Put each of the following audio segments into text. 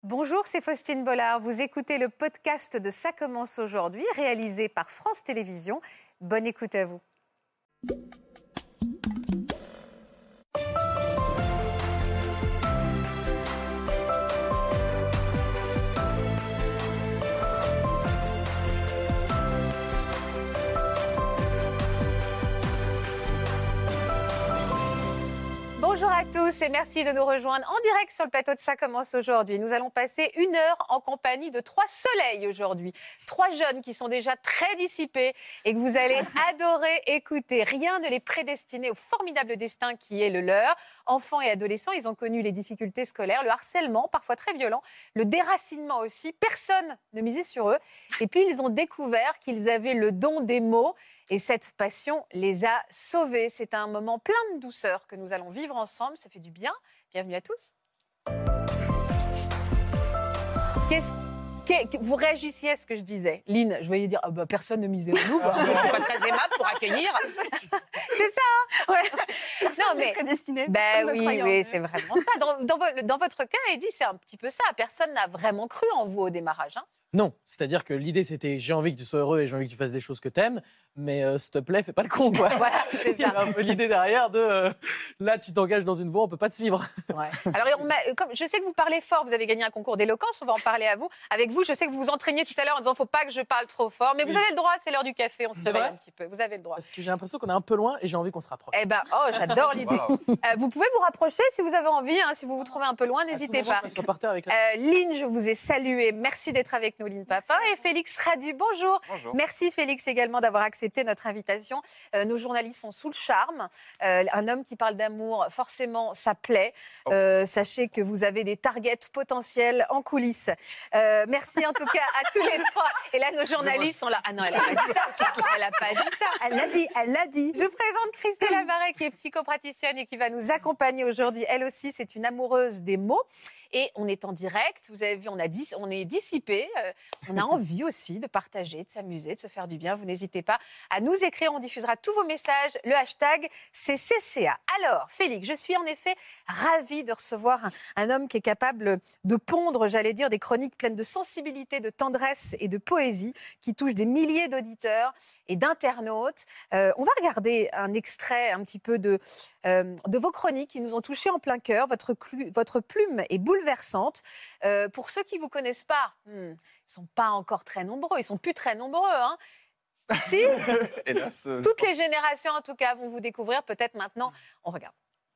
Bonjour, c'est Faustine Bollard. Vous écoutez le podcast de Ça commence aujourd'hui, réalisé par France Télévisions. Bonne écoute à vous. Bonjour à tous et merci de nous rejoindre en direct sur le plateau de Ça commence aujourd'hui. Nous allons passer 1 heure en compagnie de 3 soleils aujourd'hui. 3 jeunes qui sont déjà très dissipés et que vous allez adorer écouter. Rien ne les prédestinait au formidable destin qui est le leur. Enfants et adolescents, ils ont connu les difficultés scolaires, le harcèlement, parfois très violent, le déracinement aussi. Personne ne misait sur eux. Et puis ils ont découvert qu'ils avaient le don des mots. Et cette passion les a sauvés. C'est un moment plein de douceur que nous allons vivre ensemble. Ça fait du bien. Bienvenue à tous. Vous réagissiez à ce que je disais. Lynn, je voyais dire personne ne misait en nous. C'est pas très aimable pour accueillir. C'est ça. Ouais. Non, mais prédestiné. oui, c'est vraiment ça. Dans votre cas, Eddy, c'est un petit peu ça. Personne n'a vraiment cru en vous au démarrage. Hein. Non, c'est-à-dire que l'idée c'était j'ai envie que tu sois heureux et j'ai envie que tu fasses des choses que t'aimes, mais s'il te plaît, fais pas le con, quoi. Voilà, c'est Il y a un peu l'idée derrière de là tu t'engages dans une voie, on peut pas te suivre. Ouais. Alors, comme je sais que vous parlez fort, vous avez gagné un concours d'éloquence, on va en parler avec vous. Je sais que vous vous entraîniez tout à l'heure en disant faut pas que je parle trop fort, mais vous avez le droit, c'est l'heure du café, on se réveille un petit peu. Vous avez le droit. Parce que j'ai l'impression qu'on est un peu loin et j'ai envie qu'on se rapproche. J'adore l'idée. Voilà. Vous pouvez vous rapprocher si vous avez envie, hein, si vous vous trouvez un peu loin, n'hésitez pas. Lynn, je vous ai salué. Merci d'être avec nous, Lynn Papa. Et Félix Radu, bonjour. Bonjour. Merci Félix également d'avoir accepté notre invitation. Nos journalistes sont sous le charme. Un homme qui parle d'amour, forcément, ça plaît. Sachez que vous avez des targets potentiels en coulisses. Merci en tout cas à tous les 3. Et là, nos journalistes sont là. Ah non, elle n'a pas dit ça. Elle n'a pas dit ça. Elle l'a dit. Je présente Christelle Avaret, qui est psychopraticienne et qui va nous accompagner aujourd'hui. Elle aussi, c'est une amoureuse des mots. Et on est en direct, vous avez vu, on est dissipé, on a envie aussi de partager, de s'amuser, de se faire du bien. Vous n'hésitez pas à nous écrire, on diffusera tous vos messages. Le hashtag, c'est CCA. Alors, Félix, je suis en effet ravie de recevoir un homme qui est capable de pondre, j'allais dire, des chroniques pleines de sensibilité, de tendresse et de poésie, qui touchent des milliers d'auditeurs et d'internautes. On va regarder un extrait un petit peu de vos chroniques qui nous ont touchés en plein cœur. Votre plume est bouleversante. Pour ceux qui ne vous connaissent pas, ils ne sont pas encore très nombreux. Ils ne sont plus très nombreux. Hein. Si Hélas, toutes les générations, en tout cas, vont vous découvrir. Peut-être maintenant. On regarde.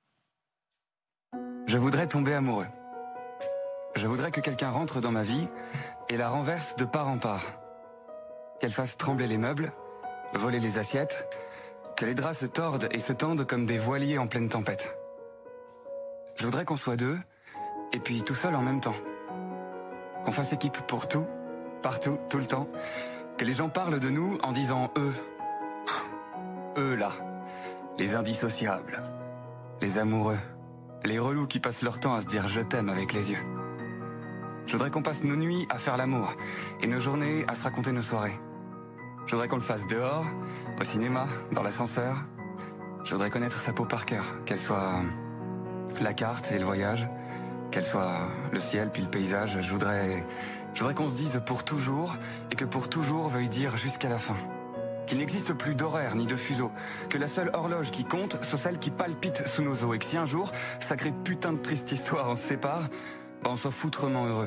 Je voudrais tomber amoureux. Je voudrais que quelqu'un rentre dans ma vie et la renverse de part en part. Qu'elle fasse trembler les meubles, voler les assiettes, que les draps se tordent et se tendent comme des voiliers en pleine tempête. Je voudrais qu'on soit 2, et puis tout seul en même temps. Qu'on fasse équipe pour tout, partout, tout le temps. Que les gens parlent de nous en disant eux. Eux là, les indissociables, les amoureux, les relous qui passent leur temps à se dire je t'aime avec les yeux. Je voudrais qu'on passe nos nuits à faire l'amour et nos journées à se raconter nos soirées. Je voudrais qu'on le fasse dehors, au cinéma, dans l'ascenseur. Je voudrais connaître sa peau par cœur, qu'elle soit la carte et le voyage, qu'elle soit le ciel puis le paysage. Je voudrais qu'on se dise pour toujours et que pour toujours veuille dire jusqu'à la fin. Qu'il n'existe plus d'horaire ni de fuseau, que la seule horloge qui compte soit celle qui palpite sous nos os et que si un jour, sacrée putain de triste histoire, on se sépare, on soit foutrement heureux.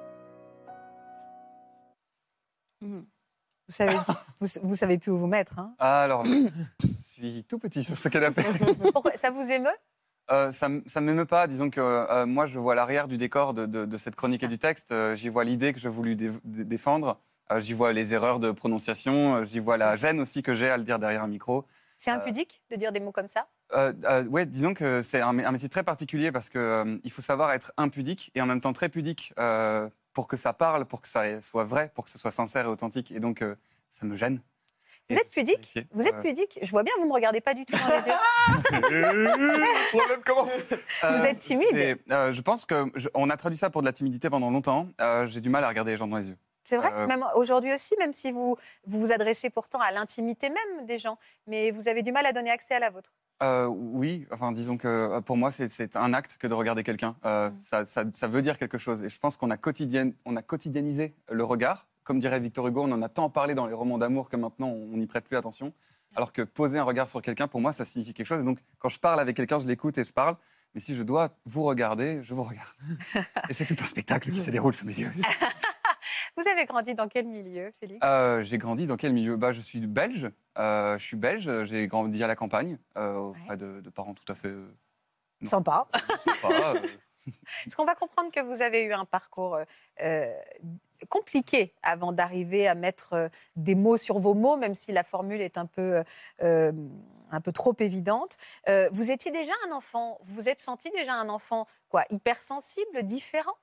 Vous savez plus où vous mettre. Hein. alors, je suis tout petit sur ce canapé. Pourquoi ça vous émeut? Ça ne m'émeut pas. Disons que moi, je vois l'arrière du décor de cette chronique et du texte. J'y vois l'idée que je voulais défendre. J'y vois les erreurs de prononciation. J'y vois la gêne aussi que j'ai à le dire derrière un micro. C'est impudique de dire des mots comme ça? Oui, disons que c'est un métier très particulier parce qu'il faut savoir être impudique et en même temps très pudique pour que ça parle, pour que ça soit vrai, pour que ce soit sincère et authentique. Et donc, ça me gêne. Vous êtes pudique? Vous êtes pudique? Je vois bien, vous ne me regardez pas du tout dans les yeux. Problème commence. Vous êtes timide? Je pense qu'on a traduit ça pour de la timidité pendant longtemps. J'ai du mal à regarder les gens dans les yeux. C'est vrai, même aujourd'hui aussi, même si vous vous adressez pourtant à l'intimité même des gens, mais vous avez du mal à donner accès à la vôtre. Oui, enfin disons que pour moi c'est un acte que de regarder quelqu'un. Ça veut dire quelque chose. Et je pense qu'on a quotidianisé le regard. Comme dirait Victor Hugo, on en a tant parlé dans les romans d'amour que maintenant on n'y prête plus attention. Alors que poser un regard sur quelqu'un, pour moi, ça signifie quelque chose. Et donc quand je parle avec quelqu'un, je l'écoute et je parle. Mais si je dois vous regarder, je vous regarde. Et c'est tout un spectacle qui se déroule sous mes yeux. Vous avez grandi dans quel milieu, Félix? J'ai grandi dans quel milieu? Je suis belge. Je suis belge. J'ai grandi à la campagne auprès de parents tout à fait Sympa. sympas. Est-ce qu'on va comprendre que vous avez eu un parcours compliqué avant d'arriver à mettre des mots sur vos mots, même si la formule est un peu trop évidente. Vous étiez déjà un enfant, vous vous êtes senti déjà un enfant hypersensible, différent?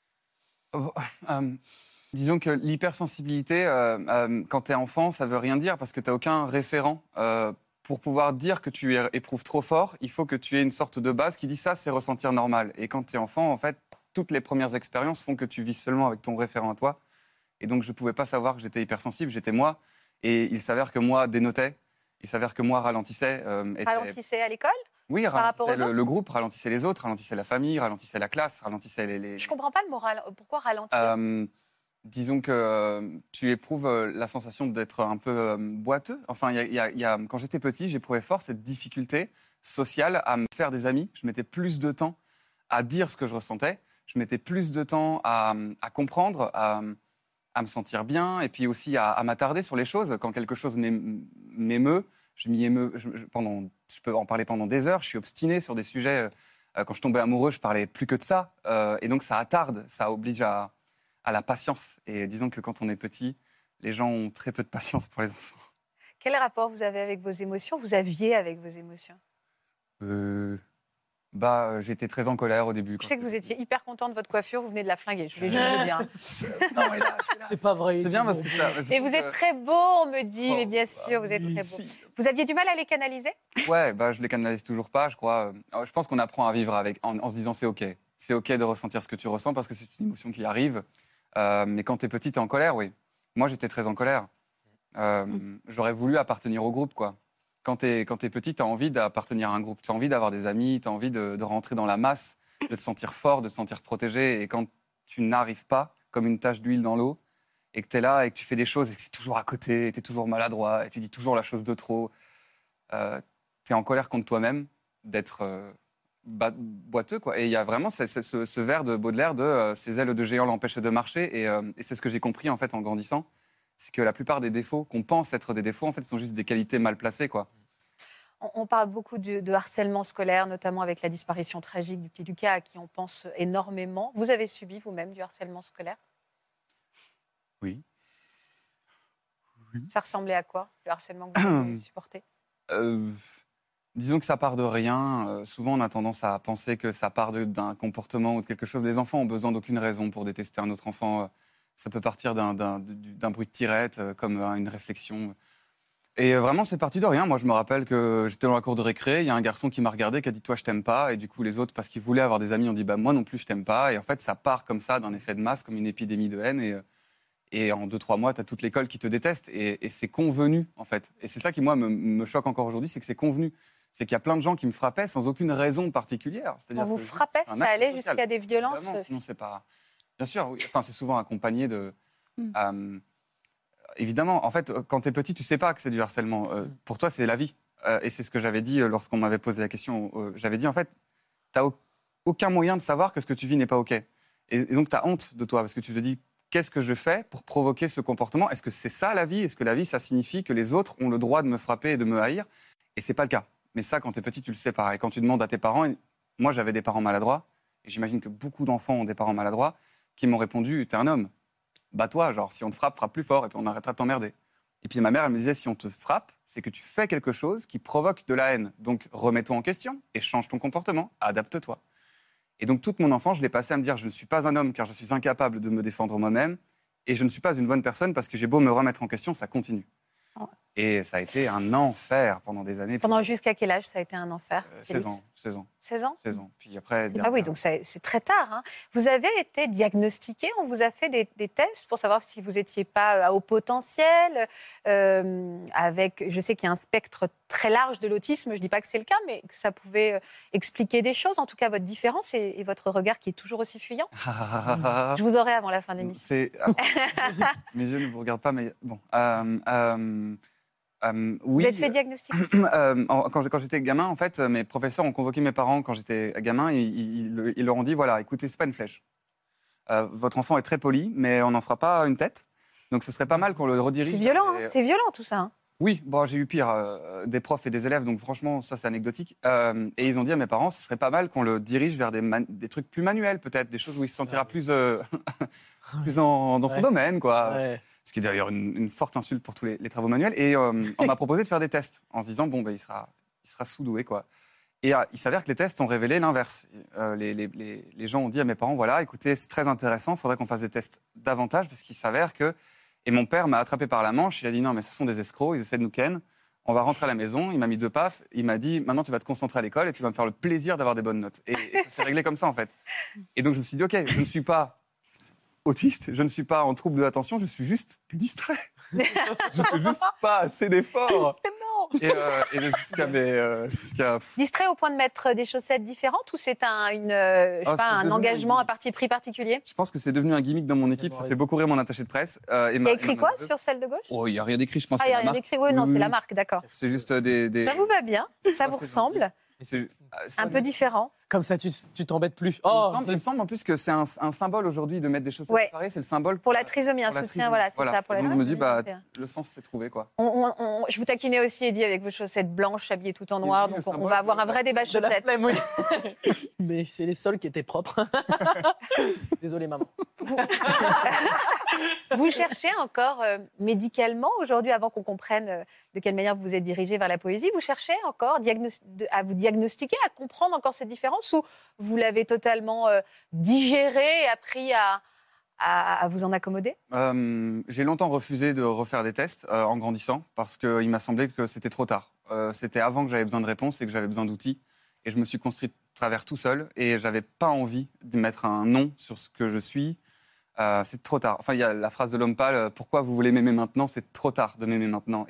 Disons que l'hypersensibilité, quand tu es enfant, ça veut rien dire parce que tu n'as aucun référent. Pour pouvoir dire que tu éprouves trop fort, il faut que tu aies une sorte de base qui dit ça, c'est ressentir normal. Et quand tu es enfant, en fait, toutes les premières expériences font que tu vis seulement avec ton référent à toi. Et donc, je ne pouvais pas savoir que j'étais hypersensible, j'étais moi. Et il s'avère que moi dénotais, il s'avère que moi ralentissais. Ralentissait à l'école? Oui, par rapport aux ralentissait autres le groupe, ralentissait les autres, ralentissait la famille, ralentissait la classe, ralentissait les... Je ne comprends pas le moral. Pourquoi ralentir? Disons que tu éprouves la sensation d'être un peu boiteux. Enfin, quand j'étais petit, j'éprouvais fort cette difficulté sociale à me faire des amis. Je mettais plus de temps à dire ce que je ressentais. Je mettais plus de temps à comprendre, à me sentir bien et puis aussi à m'attarder sur les choses. Quand quelque chose m'émeut, je m'y émeus. Je peux en parler pendant des heures. Je suis obstiné sur des sujets. Quand je tombais amoureux, je parlais plus que de ça. Et donc, ça attarde, ça oblige à la patience. Et disons que quand on est petit, les gens ont très peu de patience pour les enfants. Quel rapport vous avez avec vos émotions? Vous aviez avec vos émotions? J'étais très en colère au début. Je sais que vous étiez hyper content de votre coiffure, vous venez de la flinguer, je voulais juste vous dire. Non, mais là, c'est pas vrai. C'est bien parce que ça... Et vous êtes très beau, on me dit, mais bien sûr, vous êtes très beau. Vous aviez du mal à les canaliser? Ouais, je les canalise toujours pas, je crois. Je pense qu'on apprend à vivre avec, en se disant c'est OK. C'est OK de ressentir ce que tu ressens parce que c'est une émotion qui arrive. Mais quand tu es petit, tu es en colère, oui. Moi, j'étais très en colère. J'aurais voulu appartenir au groupe, quoi. Quand tu es petit, tu as envie d'appartenir à un groupe. Tu as envie d'avoir des amis, tu as envie de rentrer dans la masse, de te sentir fort, de te sentir protégé. Et quand tu n'arrives pas, comme une tache d'huile dans l'eau, et que tu es là et que tu fais des choses et que c'est toujours à côté, et tu es toujours maladroit, et tu dis toujours la chose de trop, tu es en colère contre toi-même d'être boiteux, quoi. Et il y a vraiment ce vers de Baudelaire de ces ailes de géant l'empêchent de marcher. Et c'est ce que j'ai compris, en fait, en grandissant. C'est que la plupart des défauts qu'on pense être des défauts, en fait, sont juste des qualités mal placées, quoi. On parle beaucoup de harcèlement scolaire, notamment avec la disparition tragique du petit Lucas, à qui on pense énormément. Vous avez subi vous-même du harcèlement scolaire? Oui. Ça ressemblait à quoi, le harcèlement que vous avez supporté? Disons que ça part de rien. Souvent, on a tendance à penser que ça part d'un comportement ou de quelque chose. Les enfants ont besoin d'aucune raison pour détester un autre enfant. Ça peut partir d'un bruit de tirette, comme une réflexion. Et vraiment, c'est parti de rien. Moi, je me rappelle que j'étais dans la cour de récré, il y a un garçon qui m'a regardé, qui a dit « Toi, je t'aime pas ». Et du coup, les autres, parce qu'ils voulaient avoir des amis, ont dit « Moi non plus, je t'aime pas ». Et en fait, ça part comme ça, d'un effet de masse, comme une épidémie de haine. Et en 2-3 mois, tu as toute l'école qui te déteste. Et c'est convenu, en fait. Et c'est ça qui, moi, me choque encore aujourd'hui, c'est que c'est convenu. C'est qu'il y a plein de gens qui me frappaient sans aucune raison particulière. On vous frappait, ça allait jusqu'à des violences? Sinon, c'est pas... Bien sûr, oui. Enfin, c'est souvent accompagné de... Évidemment, en fait, quand tu es petit, tu sais pas que c'est du harcèlement. Pour toi, c'est la vie. Et c'est ce que j'avais dit lorsqu'on m'avait posé la question. J'avais dit, en fait, tu n'as aucun moyen de savoir que ce que tu vis n'est pas OK. Et donc, tu as honte de toi parce que tu te dis, qu'est-ce que je fais pour provoquer ce comportement? Est-ce que c'est ça la vie? Est-ce que la vie, ça signifie que les autres ont le droit de me frapper et de me haïr? Et c'est pas le cas. Mais ça, quand tu es petit, tu le sais pas. Et quand tu demandes à tes parents, moi, j'avais des parents maladroits, et j'imagine que beaucoup d'enfants ont des parents maladroits, qui m'ont répondu, t'es un homme, bats-toi, genre si on te frappe, frappe plus fort et puis on arrêtera de t'emmerder. Et puis ma mère, elle me disait, si on te frappe, c'est que tu fais quelque chose qui provoque de la haine. Donc remets-toi en question et change ton comportement, adapte-toi. Et donc toute mon enfance, je l'ai passé à me dire, je ne suis pas un homme car je suis incapable de me défendre moi-même et je ne suis pas une bonne personne parce que j'ai beau me remettre en question, ça continue. Et ça a été un enfer pendant des années. Pendant jusqu'à quel âge ça a été un enfer? 16 ans. 16 ans. 16 ans? 16 ans. Puis après, Ah oui, donc c'est très tard. Hein. Vous avez été diagnostiqué, on vous a fait des tests pour savoir si vous n'étiez pas à haut potentiel, avec, je sais qu'il y a un spectre très large de l'autisme, je ne dis pas que c'est le cas, mais que ça pouvait expliquer des choses, en tout cas votre différence et votre regard qui est toujours aussi fuyant. Je vous aurai avant la fin de l'émission. Mes yeux ne vous regardent pas, mais bon. Oui. Vous êtes fait diagnostiquer? Quand j'étais gamin, en fait, mes professeurs ont convoqué mes parents quand j'étais gamin. Ils leur ont dit, voilà, écoutez, c'est pas une flèche. Votre enfant est très poli, mais on n'en fera pas une tête. Donc ce serait pas mal qu'on le redirige. C'est violent, hein, c'est violent tout ça. Hein. Oui, bon, j'ai eu pire, des profs et des élèves, donc franchement, ça c'est anecdotique. Et ils ont dit à mes parents, ce serait pas mal qu'on le dirige vers des trucs plus manuels, peut-être, des choses où il se sentira plus dans son domaine, quoi. Ouais. Ce qui est d'ailleurs une forte insulte pour tous les travaux manuels. Et on m'a proposé de faire des tests, en se disant, bon, ben, il sera sous-doué, quoi. Et il s'avère que les tests ont révélé l'inverse. Les gens ont dit à mes parents, voilà, écoutez, c'est très intéressant, il faudrait qu'on fasse des tests davantage, parce qu'il s'avère que... Et mon père m'a attrapé par la manche, il a dit, non, mais ce sont des escrocs, ils essaient de nous ken. On va rentrer à la maison, il m'a mis 2 pafs, il m'a dit, maintenant tu vas te concentrer à l'école et tu vas me faire le plaisir d'avoir des bonnes notes. Et ça s'est réglé comme ça, en fait. Et donc je me suis dit, OK, je ne suis pas autiste, je ne suis pas en trouble de l'attention, je suis juste distrait. Je ne fais juste pas assez d'efforts. Non. Et jusqu'à... Distrait au point de mettre des chaussettes différentes ou c'est un engagement à parti pris particulier? Je pense que c'est devenu un gimmick dans mon équipe, ça fait beaucoup rire mon attaché de presse. Il y a écrit quoi sur celle de gauche? Oh, il n'y a rien d'écrit, je pense. Ah, il n'y a rien d'écrit, oui, non, c'est la marque, d'accord. C'est juste des... Ça vous va bien, ça vous ressemble. Un peu différent. Comme ça, tu t'embêtes plus. Il me semble en plus que c'est un symbole aujourd'hui de mettre des choses séparées. C'est le symbole pour la trisomie, un soutien, voilà, c'est ça. Pour la donc trisomie, je me dis, le sens s'est trouvé, quoi. Je vous taquinais aussi, Eddy, avec vos chaussettes blanches, habillées tout en noir. Donc on va avoir un vrai débat chaussettes. Oui. Mais c'est les sols qui étaient propres. Désolée, maman. Vous cherchez encore médicalement aujourd'hui, avant qu'on comprenne de quelle manière vous vous êtes dirigé vers la poésie, vous cherchez encore à vous diagnostiquer, à comprendre encore cette différence, ou vous l'avez totalement digéré et appris à vous en accommoder? J'ai longtemps refusé de refaire des tests en grandissant parce qu'il m'a semblé que c'était trop tard. C'était avant que j'avais besoin de réponses et que j'avais besoin d'outils. Et je me suis construit de travers tout seul et j'avais pas envie de mettre un nom sur ce que je suis. C'est trop tard. Enfin, il y a la phrase de l'homme pâle, pourquoi vous voulez m'aimer maintenant? C'est trop tard de m'aimer maintenant.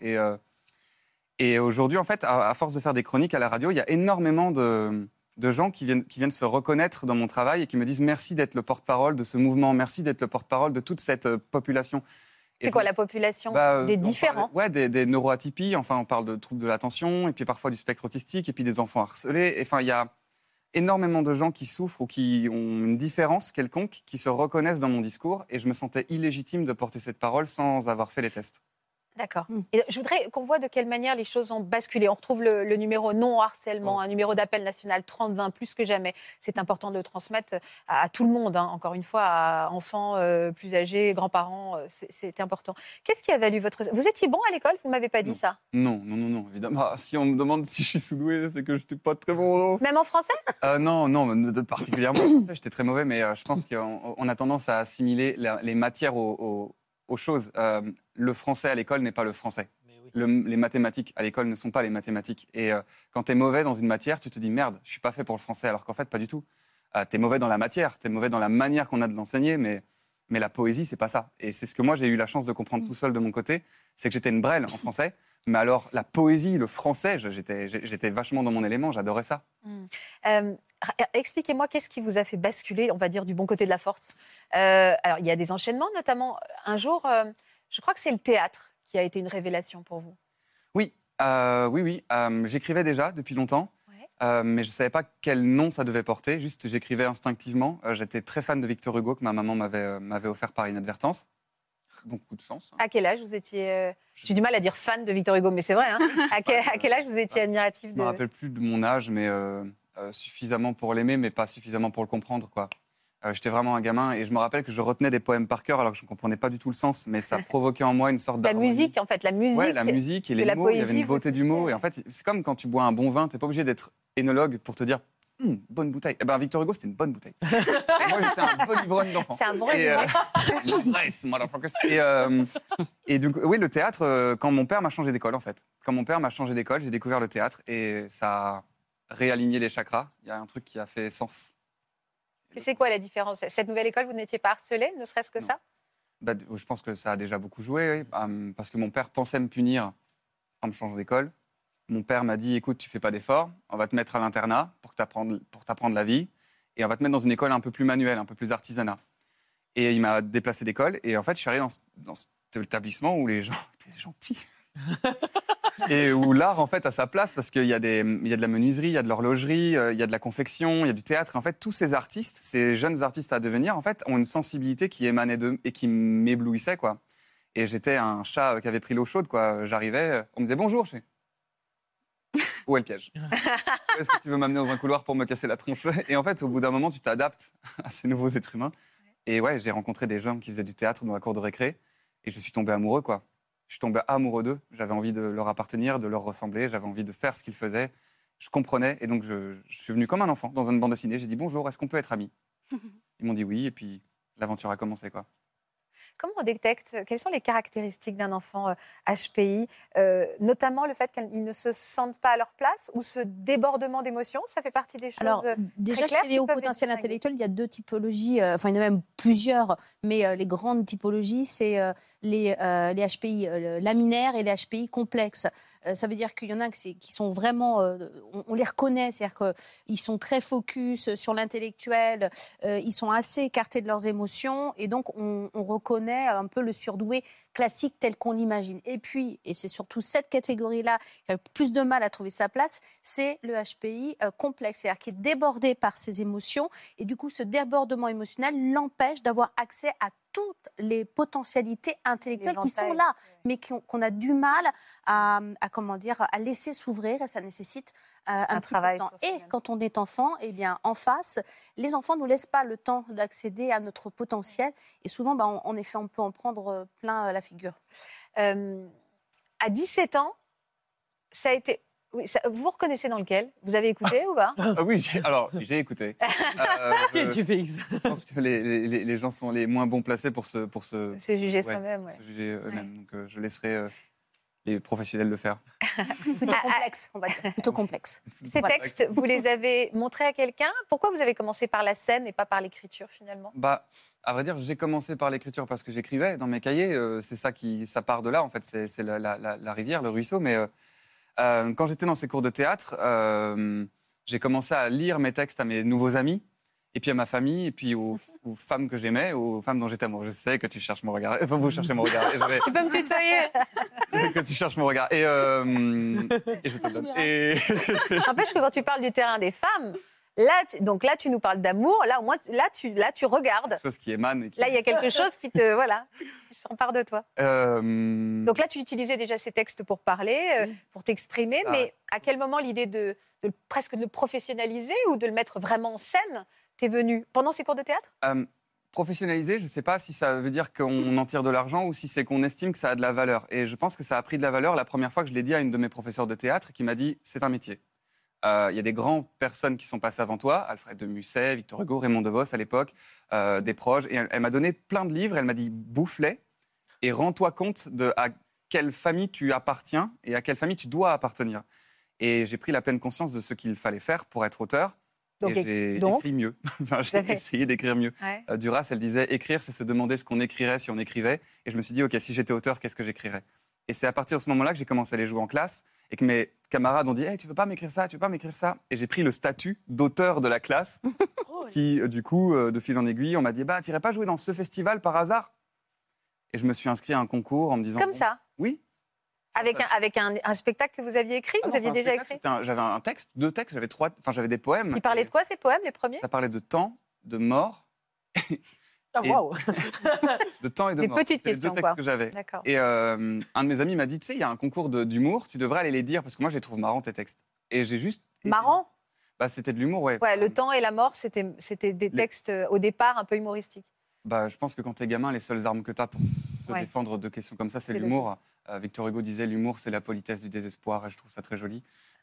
Et aujourd'hui, en fait, à force de faire des chroniques à la radio, il y a énormément de gens qui viennent se reconnaître dans mon travail et qui me disent merci d'être le porte-parole de ce mouvement, merci d'être le porte-parole de toute cette population. C'est quoi la population? Des différents? Des neuroatypies, enfin on parle de troubles de l'attention, et puis parfois du spectre autistique, et puis des enfants harcelés. Enfin, il y a énormément de gens qui souffrent ou qui ont une différence quelconque, qui se reconnaissent dans mon discours, et je me sentais illégitime de porter cette parole sans avoir fait les tests. D'accord. Et je voudrais qu'on voit de quelle manière les choses ont basculé. On retrouve le numéro non-harcèlement, un numéro d'appel national 30-20, plus que jamais. C'est important de le transmettre à tout le monde, hein. Encore une fois, à enfants plus âgés, grands-parents, c'est important. Qu'est-ce qui a valu votre... Vous étiez bon à l'école? Vous ne m'avez pas dit ça? Non, évidemment. Si on me demande si je suis sous-doué, c'est que je n'étais pas très bon. Même en français? Non, particulièrement en français, j'étais très mauvais, mais je pense qu'on a tendance à assimiler les matières aux choses. Le français à l'école n'est pas le français. Les mathématiques à l'école ne sont pas les mathématiques. Et quand tu es mauvais dans une matière, tu te dis merde, je suis pas fait pour le français. Alors qu'en fait, pas du tout. Tu es mauvais dans la matière, tu es mauvais dans la manière qu'on a de l'enseigner, mais la poésie, c'est pas ça. Et c'est ce que moi, j'ai eu la chance de comprendre tout seul de mon côté, c'est que j'étais une brêle en français. Mais alors, la poésie, le français, j'étais vachement dans mon élément, j'adorais ça. Expliquez-moi, qu'est-ce qui vous a fait basculer, on va dire, du bon côté de la force? Alors, il y a des enchaînements, notamment un jour, je crois que c'est le théâtre qui a été une révélation pour vous. Oui. J'écrivais déjà depuis longtemps, mais je ne savais pas quel nom ça devait porter. Juste, j'écrivais instinctivement. J'étais très fan de Victor Hugo, que ma maman m'avait offert par inadvertance. Beaucoup de chance. À quel âge vous étiez... J'ai du mal à dire fan de Victor Hugo, mais c'est vrai. Hein. À quel âge vous étiez admiratif de... Je ne me rappelle plus de mon âge, mais suffisamment pour l'aimer, mais pas suffisamment pour le comprendre, quoi. J'étais vraiment un gamin et je me rappelle que je retenais des poèmes par cœur alors que je ne comprenais pas du tout le sens, mais ça provoquait en moi une sorte d'harmonie. La musique, en fait, la musique. Ouais, la musique et les mots, il y avait une beauté du mot. Et en fait, c'est comme quand tu bois un bon vin, tu n'es pas obligé d'être énologue pour te dire bonne bouteille. Eh ben, Victor Hugo, c'était une bonne bouteille. Et moi, j'étais un bon ivrogne d'enfant. C'est un bon Et, résumé. nice, motherfuckers. Et donc, oui, le théâtre, quand mon père m'a changé d'école, en fait. Quand mon père m'a changé d'école, j'ai découvert le théâtre et ça a réaligné les chakras. Il y a un truc qui a fait sens. Et c'est quoi la différence? Cette nouvelle école, vous n'étiez pas harcelé, ne serait-ce que Non. ça? Bah, je pense que ça a déjà beaucoup joué, oui. Parce que mon père pensait me punir en me changeant d'école. Mon père m'a dit, écoute, tu fais pas d'efforts, on va te mettre à l'internat pour t'apprendre la vie, et on va te mettre dans une école un peu plus manuelle, un peu plus artisanat. Et il m'a déplacé d'école, et en fait, je suis arrivé dans cet établissement où les gens étaient gentils. Et où l'art, en fait, a sa place, parce qu'il y a de la menuiserie, il y a de l'horlogerie, il y a de la confection, il y a du théâtre. Et en fait, tous ces artistes, ces jeunes artistes à devenir, en fait, ont une sensibilité qui émanait d'eux et qui m'éblouissait, quoi. Et j'étais un chat qui avait pris l'eau chaude, quoi. J'arrivais, on me disait bonjour, je fais, où est le piège? Est-ce que tu veux m'amener dans un couloir pour me casser la tronche? Et en fait, au bout d'un moment, tu t'adaptes à ces nouveaux êtres humains. Et ouais, j'ai rencontré des gens qui faisaient du théâtre dans la cour de récré, et je suis tombé amoureux, quoi. Je suis tombé amoureux d'eux. J'avais envie de leur appartenir, de leur ressembler. J'avais envie de faire ce qu'ils faisaient. Je comprenais. Et donc, je suis venu comme un enfant dans une bande dessinée. J'ai dit bonjour, est-ce qu'on peut être amis? Ils m'ont dit oui. Et puis, l'aventure a commencé, quoi. Comment on détecte, quelles sont les caractéristiques d'un enfant HPI, notamment le fait qu'ils ne se sentent pas à leur place ou ce débordement d'émotions, ça fait partie des choses Alors, déjà, claires chez les qui hauts peuvent les potentiels distinguer. intellectuels, il y a deux typologies, enfin, il y en a même plusieurs, mais les grandes typologies, c'est les HPI laminaires et les HPI complexes. Ça veut dire qu'il y en a qui sont vraiment, on les reconnaît, c'est-à-dire qu'ils sont très focus sur l'intellectuel, ils sont assez écartés de leurs émotions, et donc on reconnaît un peu le surdoué classique tel qu'on l'imagine. Et puis, et c'est surtout cette catégorie-là qui a le plus de mal à trouver sa place, c'est le HPI complexe, c'est-à-dire qui est débordé par ses émotions, et du coup, ce débordement émotionnel l'empêche d'avoir accès à toutes les potentialités intellectuelles qui sont là, mais qu'on a du mal à laisser s'ouvrir, et ça nécessite un petit travail peu de temps. sur Et soi-même. quand on est enfant, eh bien, en face, les enfants ne nous laissent pas le temps d'accéder à notre potentiel, et souvent, en effet, on peut en prendre plein la figure. À 17 ans, ça a été... Oui, vous vous reconnaissez dans lequel? Vous avez écouté ou pas? Ah oui, j'ai écouté. Ok, tu fais X. Je pense que les gens sont les moins bons placés pour se Se juger soi-même, ouais. juger eux-mêmes. Donc, je laisserai les professionnels le faire. Plutôt complexe, on va dire. Plutôt complexe. Ces Voilà. textes, vous les avez montrés à quelqu'un? Pourquoi vous avez commencé par la scène et pas par l'écriture, finalement? Bah, à vrai dire, j'ai commencé par l'écriture parce que j'écrivais dans mes cahiers. C'est ça part de là, en fait. C'est la rivière, le ruisseau. Mais quand j'étais dans ces cours de théâtre, j'ai commencé à lire mes textes à mes nouveaux amis, et puis à ma famille, et puis aux femmes que j'aimais, aux femmes dont j'étais amoureux. Je sais que tu cherches mon regard. Enfin, vous cherchez mon regard. Et Tu peux me tutoyer? que tu cherches mon regard. Et je te le donne. Et... N'empêche que quand tu parles du terrain des femmes, là, tu nous parles d'amour. Là, au moins, tu regardes. chose qui émane. Et qui... Là, il y a quelque chose qui s'empare de toi. Donc là, tu utilisais déjà ces textes pour parler, pour t'exprimer. Ça. Mais à quel moment l'idée de presque de le professionnaliser ou de le mettre vraiment en scène t'es venue? Pendant ces cours de théâtre? Professionnaliser, je ne sais pas si ça veut dire qu'on en tire de l'argent ou si c'est qu'on estime que ça a de la valeur. Et je pense que ça a pris de la valeur la première fois que je l'ai dit à une de mes professeurs de théâtre qui m'a dit « c'est un métier ». Il y a des grandes personnes qui sont passées avant toi, Alfred de Musset, Victor Hugo, Raymond DeVos à l'époque, des proches. Et elle m'a donné plein de livres. Elle m'a dit bouffe-les et rends-toi compte à quelle famille tu appartiens et à quelle famille tu dois appartenir. Et j'ai pris la pleine conscience de ce qu'il fallait faire pour être auteur. Donc, et j'ai écrit mieux. Enfin, j'ai essayé d'écrire mieux. Ouais. Duras, elle disait écrire, c'est se demander ce qu'on écrirait si on écrivait. Et je me suis dit, OK, si j'étais auteur, qu'est-ce que j'écrirais? Et c'est à partir de ce moment-là que j'ai commencé à les jouer en classe et que mes camarades ont dit hey, tu veux pas m'écrire ça, tu veux pas m'écrire ça? Et j'ai pris le statut d'auteur de la classe qui, du coup, de fil en aiguille, on m'a dit t'irais pas jouer dans ce festival par hasard? Et je me suis inscrit à un concours en me disant Comme ça? Oui. Avec un spectacle que vous aviez écrit? Vous aviez déjà écrit? J'avais un texte, deux textes, j'avais des poèmes. Il parlait de quoi, ces poèmes, les premiers? Ça parlait de temps, de mort. Waouh. De temps et de Des mort. petites C'est les questions, deux textes quoi. que j'avais. D'accord. Et un de mes amis m'a dit, tu sais, il y a un concours d'humour, tu devrais aller les dire, parce que moi, je les trouve marrants, tes textes. Et j'ai juste... Marrant? C'était de l'humour, ouais. Ouais, le temps et la mort, c'était des textes, au départ, un peu humoristiques. Je pense que quand t'es gamin, les seules armes que t'as pour te défendre de questions comme ça, c'est C'est l'humour. Victor Hugo disait, l'humour, c'est la politesse du désespoir, et je trouve ça très joli.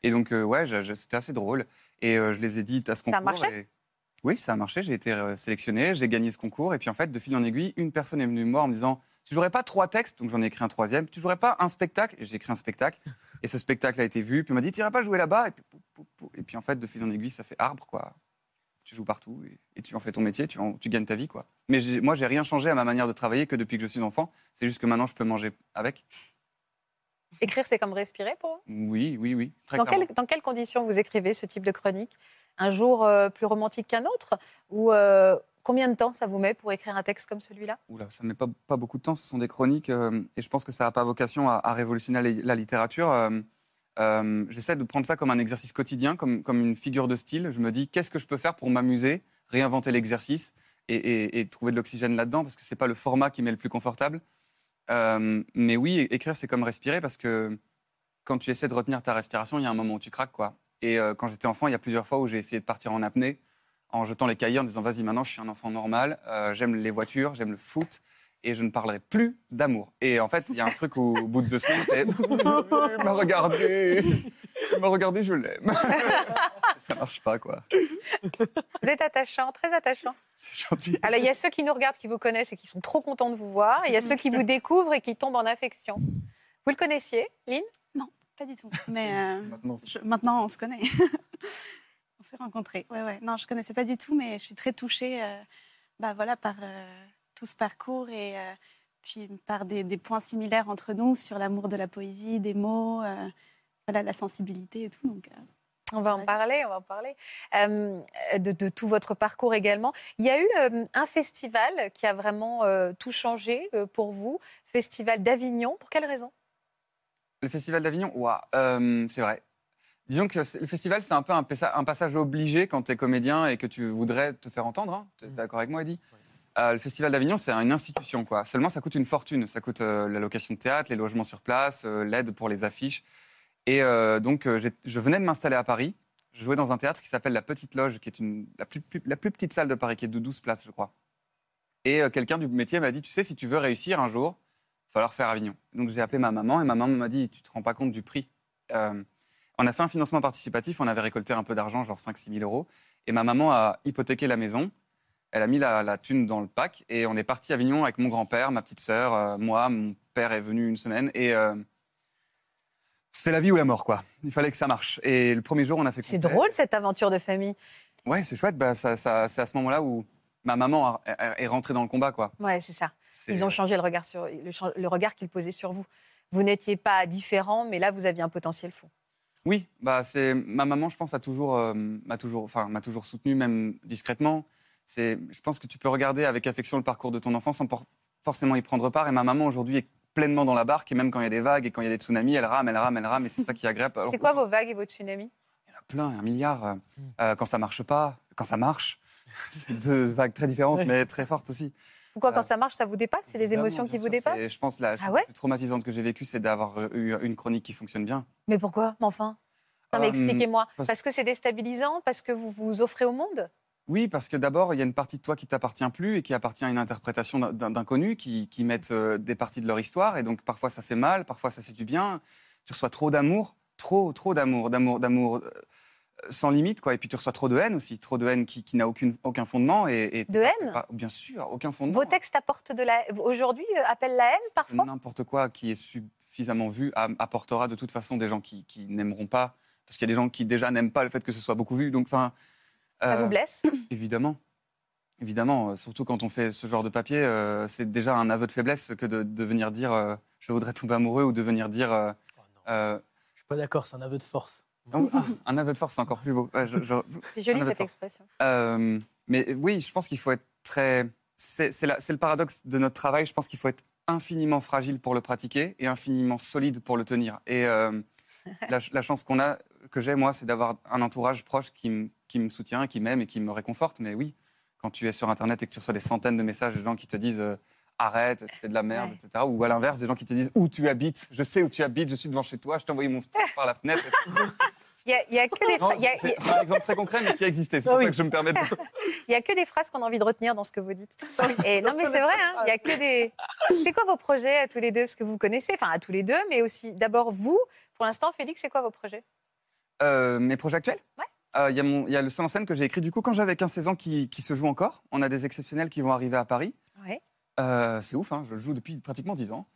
Et donc, ouais, c'était assez drôle. Et je les ai dit à ce concours. Ça a marché et... Oui, ça a marché. J'ai été sélectionné, j'ai gagné ce concours. Et puis, en fait, de fil en aiguille, une personne est venue me voir en me disant « Tu jouerais pas 3 textes ?» Donc, j'en ai écrit un 3e. « Tu jouerais pas un spectacle ?» Et j'ai écrit un spectacle. Et ce spectacle a été vu. Puis, il m'a dit « Tu irais pas jouer là-bas ?» Et puis, en fait, de fil en aiguille, ça fait arbre, quoi. Tu joues partout et tu en fais ton métier, tu gagnes ta vie, quoi. Mais moi, j'ai rien changé à ma manière de travailler que depuis que je suis enfant. C'est juste que maintenant, je peux manger avec. Écrire, c'est comme respirer pour vous? Oui, très Dans clairement. dans quelles conditions vous écrivez ce type de chronique? Un jour plus romantique qu'un autre? Ou combien de temps ça vous met pour écrire un texte comme celui-là? Oula, ça ne met pas beaucoup de temps, ce sont des chroniques et je pense que ça n'a pas vocation à révolutionner la littérature. J'essaie de prendre ça comme un exercice quotidien, comme une figure de style. Je me dis, qu'est-ce que je peux faire pour m'amuser, réinventer l'exercice et trouver de l'oxygène là-dedans, parce que ce n'est pas le format qui m'est le plus confortable. Mais oui, écrire, c'est comme respirer, parce que quand tu essaies de retenir ta respiration, il y a un moment où tu craques, quoi. Et quand j'étais enfant, il y a plusieurs fois où j'ai essayé de partir en apnée, en jetant les cahiers, en disant, vas-y, maintenant, je suis un enfant normal, j'aime les voitures, j'aime le foot, et je ne parlerai plus d'amour. Et en fait, il y a un truc où, au bout de 2 semaines, c'est « Il m'a regardé, je l'aime. » Ça marche pas, quoi. Vous êtes attachant, très attachant. C'est gentil. Alors, il y a ceux qui nous regardent, qui vous connaissent et qui sont trop contents de vous voir. Et il y a ceux qui vous découvrent et qui tombent en affection. Vous le connaissiez, Lynn? Non, pas du tout. Mais Maintenant, maintenant, on se connaît. On s'est rencontrés. Ouais. Non, je ne connaissais pas du tout, mais je suis très touchée par tout ce parcours et puis par des points similaires entre nous sur l'amour de la poésie, des mots, la sensibilité et tout. Donc, On va en parler. De tout votre parcours également. Il y a eu un festival qui a vraiment tout changé pour vous, Festival d'Avignon. Pour quelle raison? Le Festival d'Avignon, c'est vrai. Disons que le festival, c'est un peu un passage obligé quand tu es comédien et que tu voudrais te faire entendre. Hein. Tu es d'accord avec moi, Eddy? Le Festival d'Avignon, c'est une institution, quoi. Seulement, ça coûte une fortune. Ça coûte la location de théâtre, les logements sur place, l'aide pour les affiches. Et donc, je venais de m'installer à Paris. Je jouais dans un théâtre qui s'appelle La Petite Loge, qui est la plus petite salle de Paris, qui est de 12 places, je crois. Et quelqu'un du métier m'a dit, tu sais, si tu veux réussir un jour, il va falloir faire Avignon. Donc, j'ai appelé ma maman et ma maman m'a dit, tu ne te rends pas compte du prix. On a fait un financement participatif, on avait récolté un peu d'argent, genre 5 000 à 6 000 euros. Et ma maman a hypothéqué la maison. Elle a mis la thune dans le pack et on est parti à Avignon avec mon grand-père, ma petite sœur, moi. Mon père est venu une semaine et c'est la vie ou la mort, quoi. Il fallait que ça marche. Et le premier jour, on a fait... C'est drôle, cette aventure de famille. Ouais, c'est chouette. C'est à ce moment-là où ma maman est rentrée dans le combat, quoi. Ouais, c'est ça. Ils ont changé le regard qu'ils posaient sur vous. Vous n'étiez pas différent, mais là, vous aviez un potentiel fou. Oui, ma maman, je pense, m'a toujours soutenu, même discrètement. Je pense que tu peux regarder avec affection le parcours de ton enfant sans forcément y prendre part. Et ma maman, aujourd'hui, est pleinement dans la barque. Et même quand il y a des vagues et quand il y a des tsunamis, elle rame. Et c'est ça qui est agréable. C'est quoi vos vagues et vos tsunamis? Il y en a plein, 1 milliard. Quand ça marche pas, quand ça marche. C'est 2 vagues très différentes, mais très fortes aussi. Pourquoi, quand ça marche, ça vous dépasse? C'est des émotions qui vous dépassent? Je pense que la chose la plus traumatisante que j'ai vécue, c'est d'avoir eu une chronique qui fonctionne bien. Mais pourquoi? Enfin, non, mais expliquez-moi. Parce que c'est déstabilisant? Parce que vous vous offrez au monde? Oui, parce que d'abord, il y a une partie de toi qui ne t'appartient plus et qui appartient à une interprétation d'inconnus qui mettent des parties de leur histoire. Et donc, parfois, ça fait mal, parfois, ça fait du bien. Tu reçois trop d'amour, trop d'amour sans limite, quoi. Et puis, tu reçois trop de haine aussi, trop de haine qui n'a aucun fondement. De haine? Bien sûr, aucun fondement. Vos textes aujourd'hui appellent la haine, parfois? N'importe quoi qui est suffisamment vu apportera de toute façon des gens qui n'aimeront pas. Parce qu'il y a des gens qui, déjà, n'aiment pas le fait que ce soit beaucoup vu. Donc, ça vous blesse? Évidemment. Surtout quand on fait ce genre de papier, c'est déjà un aveu de faiblesse que de venir dire je voudrais tomber amoureux ou de venir dire... Je suis pas d'accord, c'est un aveu de force. Un aveu de force, c'est encore plus beau. C'est joli cette expression. Mais oui, je pense qu'il faut être très... C'est le paradoxe de notre travail. Je pense qu'il faut être infiniment fragile pour le pratiquer et infiniment solide pour le tenir. Et la chance que j'ai, moi, c'est d'avoir un entourage proche qui me soutient, qui m'aime et qui me réconforte. Mais oui, quand tu es sur Internet et que tu reçois des centaines de messages de gens qui te disent arrête, tu fais de la merde, etc. Ou à l'inverse, des gens qui te disent où tu habites, je sais où tu habites, je suis devant chez toi, je t'ai envoyé mon story par la fenêtre. Il y a que des C'est un exemple très concret, mais qui a existé. C'est pour ça que je me permets de... Il n'y a que des phrases qu'on a envie de retenir dans ce que vous dites. Et non, mais c'est vrai, hein, il y a que des... C'est quoi vos projets à tous les deux? Parce que vous connaissez, enfin à tous les deux, mais aussi d'abord vous. Pour l'instant, Félix, c'est quoi vos projets? Mes projets actuels? Ouais. Il y a le seul en scène que j'ai écrit du coup quand j'avais 15-16 ans qui se joue encore. On a des exceptionnels qui vont arriver à Paris. Ouais. C'est ouf, hein, je le joue depuis pratiquement 10 ans.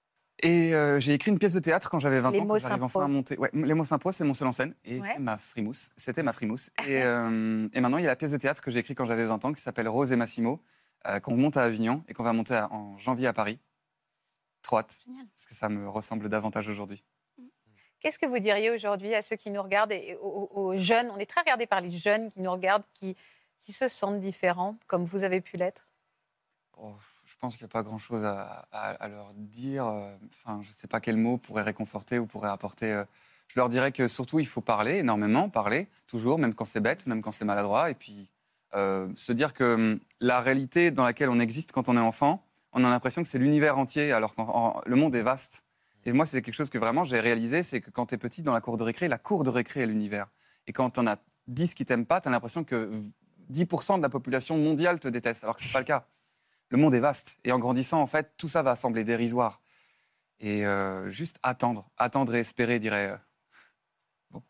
Et j'ai écrit une pièce de théâtre quand j'avais 20 Les ans, mots que j'arrive enfin à s'imposent. monter. Ouais, les mots s'imposent, c'est mon seul en scène. Et Ouais. c'est ma frimousse. C'était ma frimousse. Et maintenant, il y a la pièce de théâtre que j'ai écrite quand j'avais 20 ans qui s'appelle Rose et Massimo, qu'on monte à Avignon et qu'on va monter en janvier à Paris. Trop hâte, Génial. parce que ça me ressemble davantage aujourd'hui. Qu'est-ce que vous diriez aujourd'hui à ceux qui nous regardent et aux jeunes? On est très regardés par les jeunes qui nous regardent, qui se sentent différents, comme vous avez pu l'être. Oh, je pense qu'il n'y a pas grand-chose à leur dire. Enfin, je ne sais pas quel mot pourrait réconforter ou pourrait apporter. Je leur dirais que surtout, il faut parler énormément, parler, toujours, même quand c'est bête, même quand c'est maladroit. Et puis, se dire que la réalité dans laquelle on existe quand on est enfant, on a l'impression que c'est l'univers entier, alors que le monde est vaste. Et moi, c'est quelque chose que vraiment j'ai réalisé, c'est que quand tu es petit, dans la cour de récré est l'univers. Et quand on a 10 qui t'aiment pas, tu as l'impression que 10% de la population mondiale te déteste, alors que ce n'est pas le cas. Le monde est vaste. Et en grandissant, en fait, tout ça va sembler dérisoire. Et juste attendre et espérer, dirait... Bon.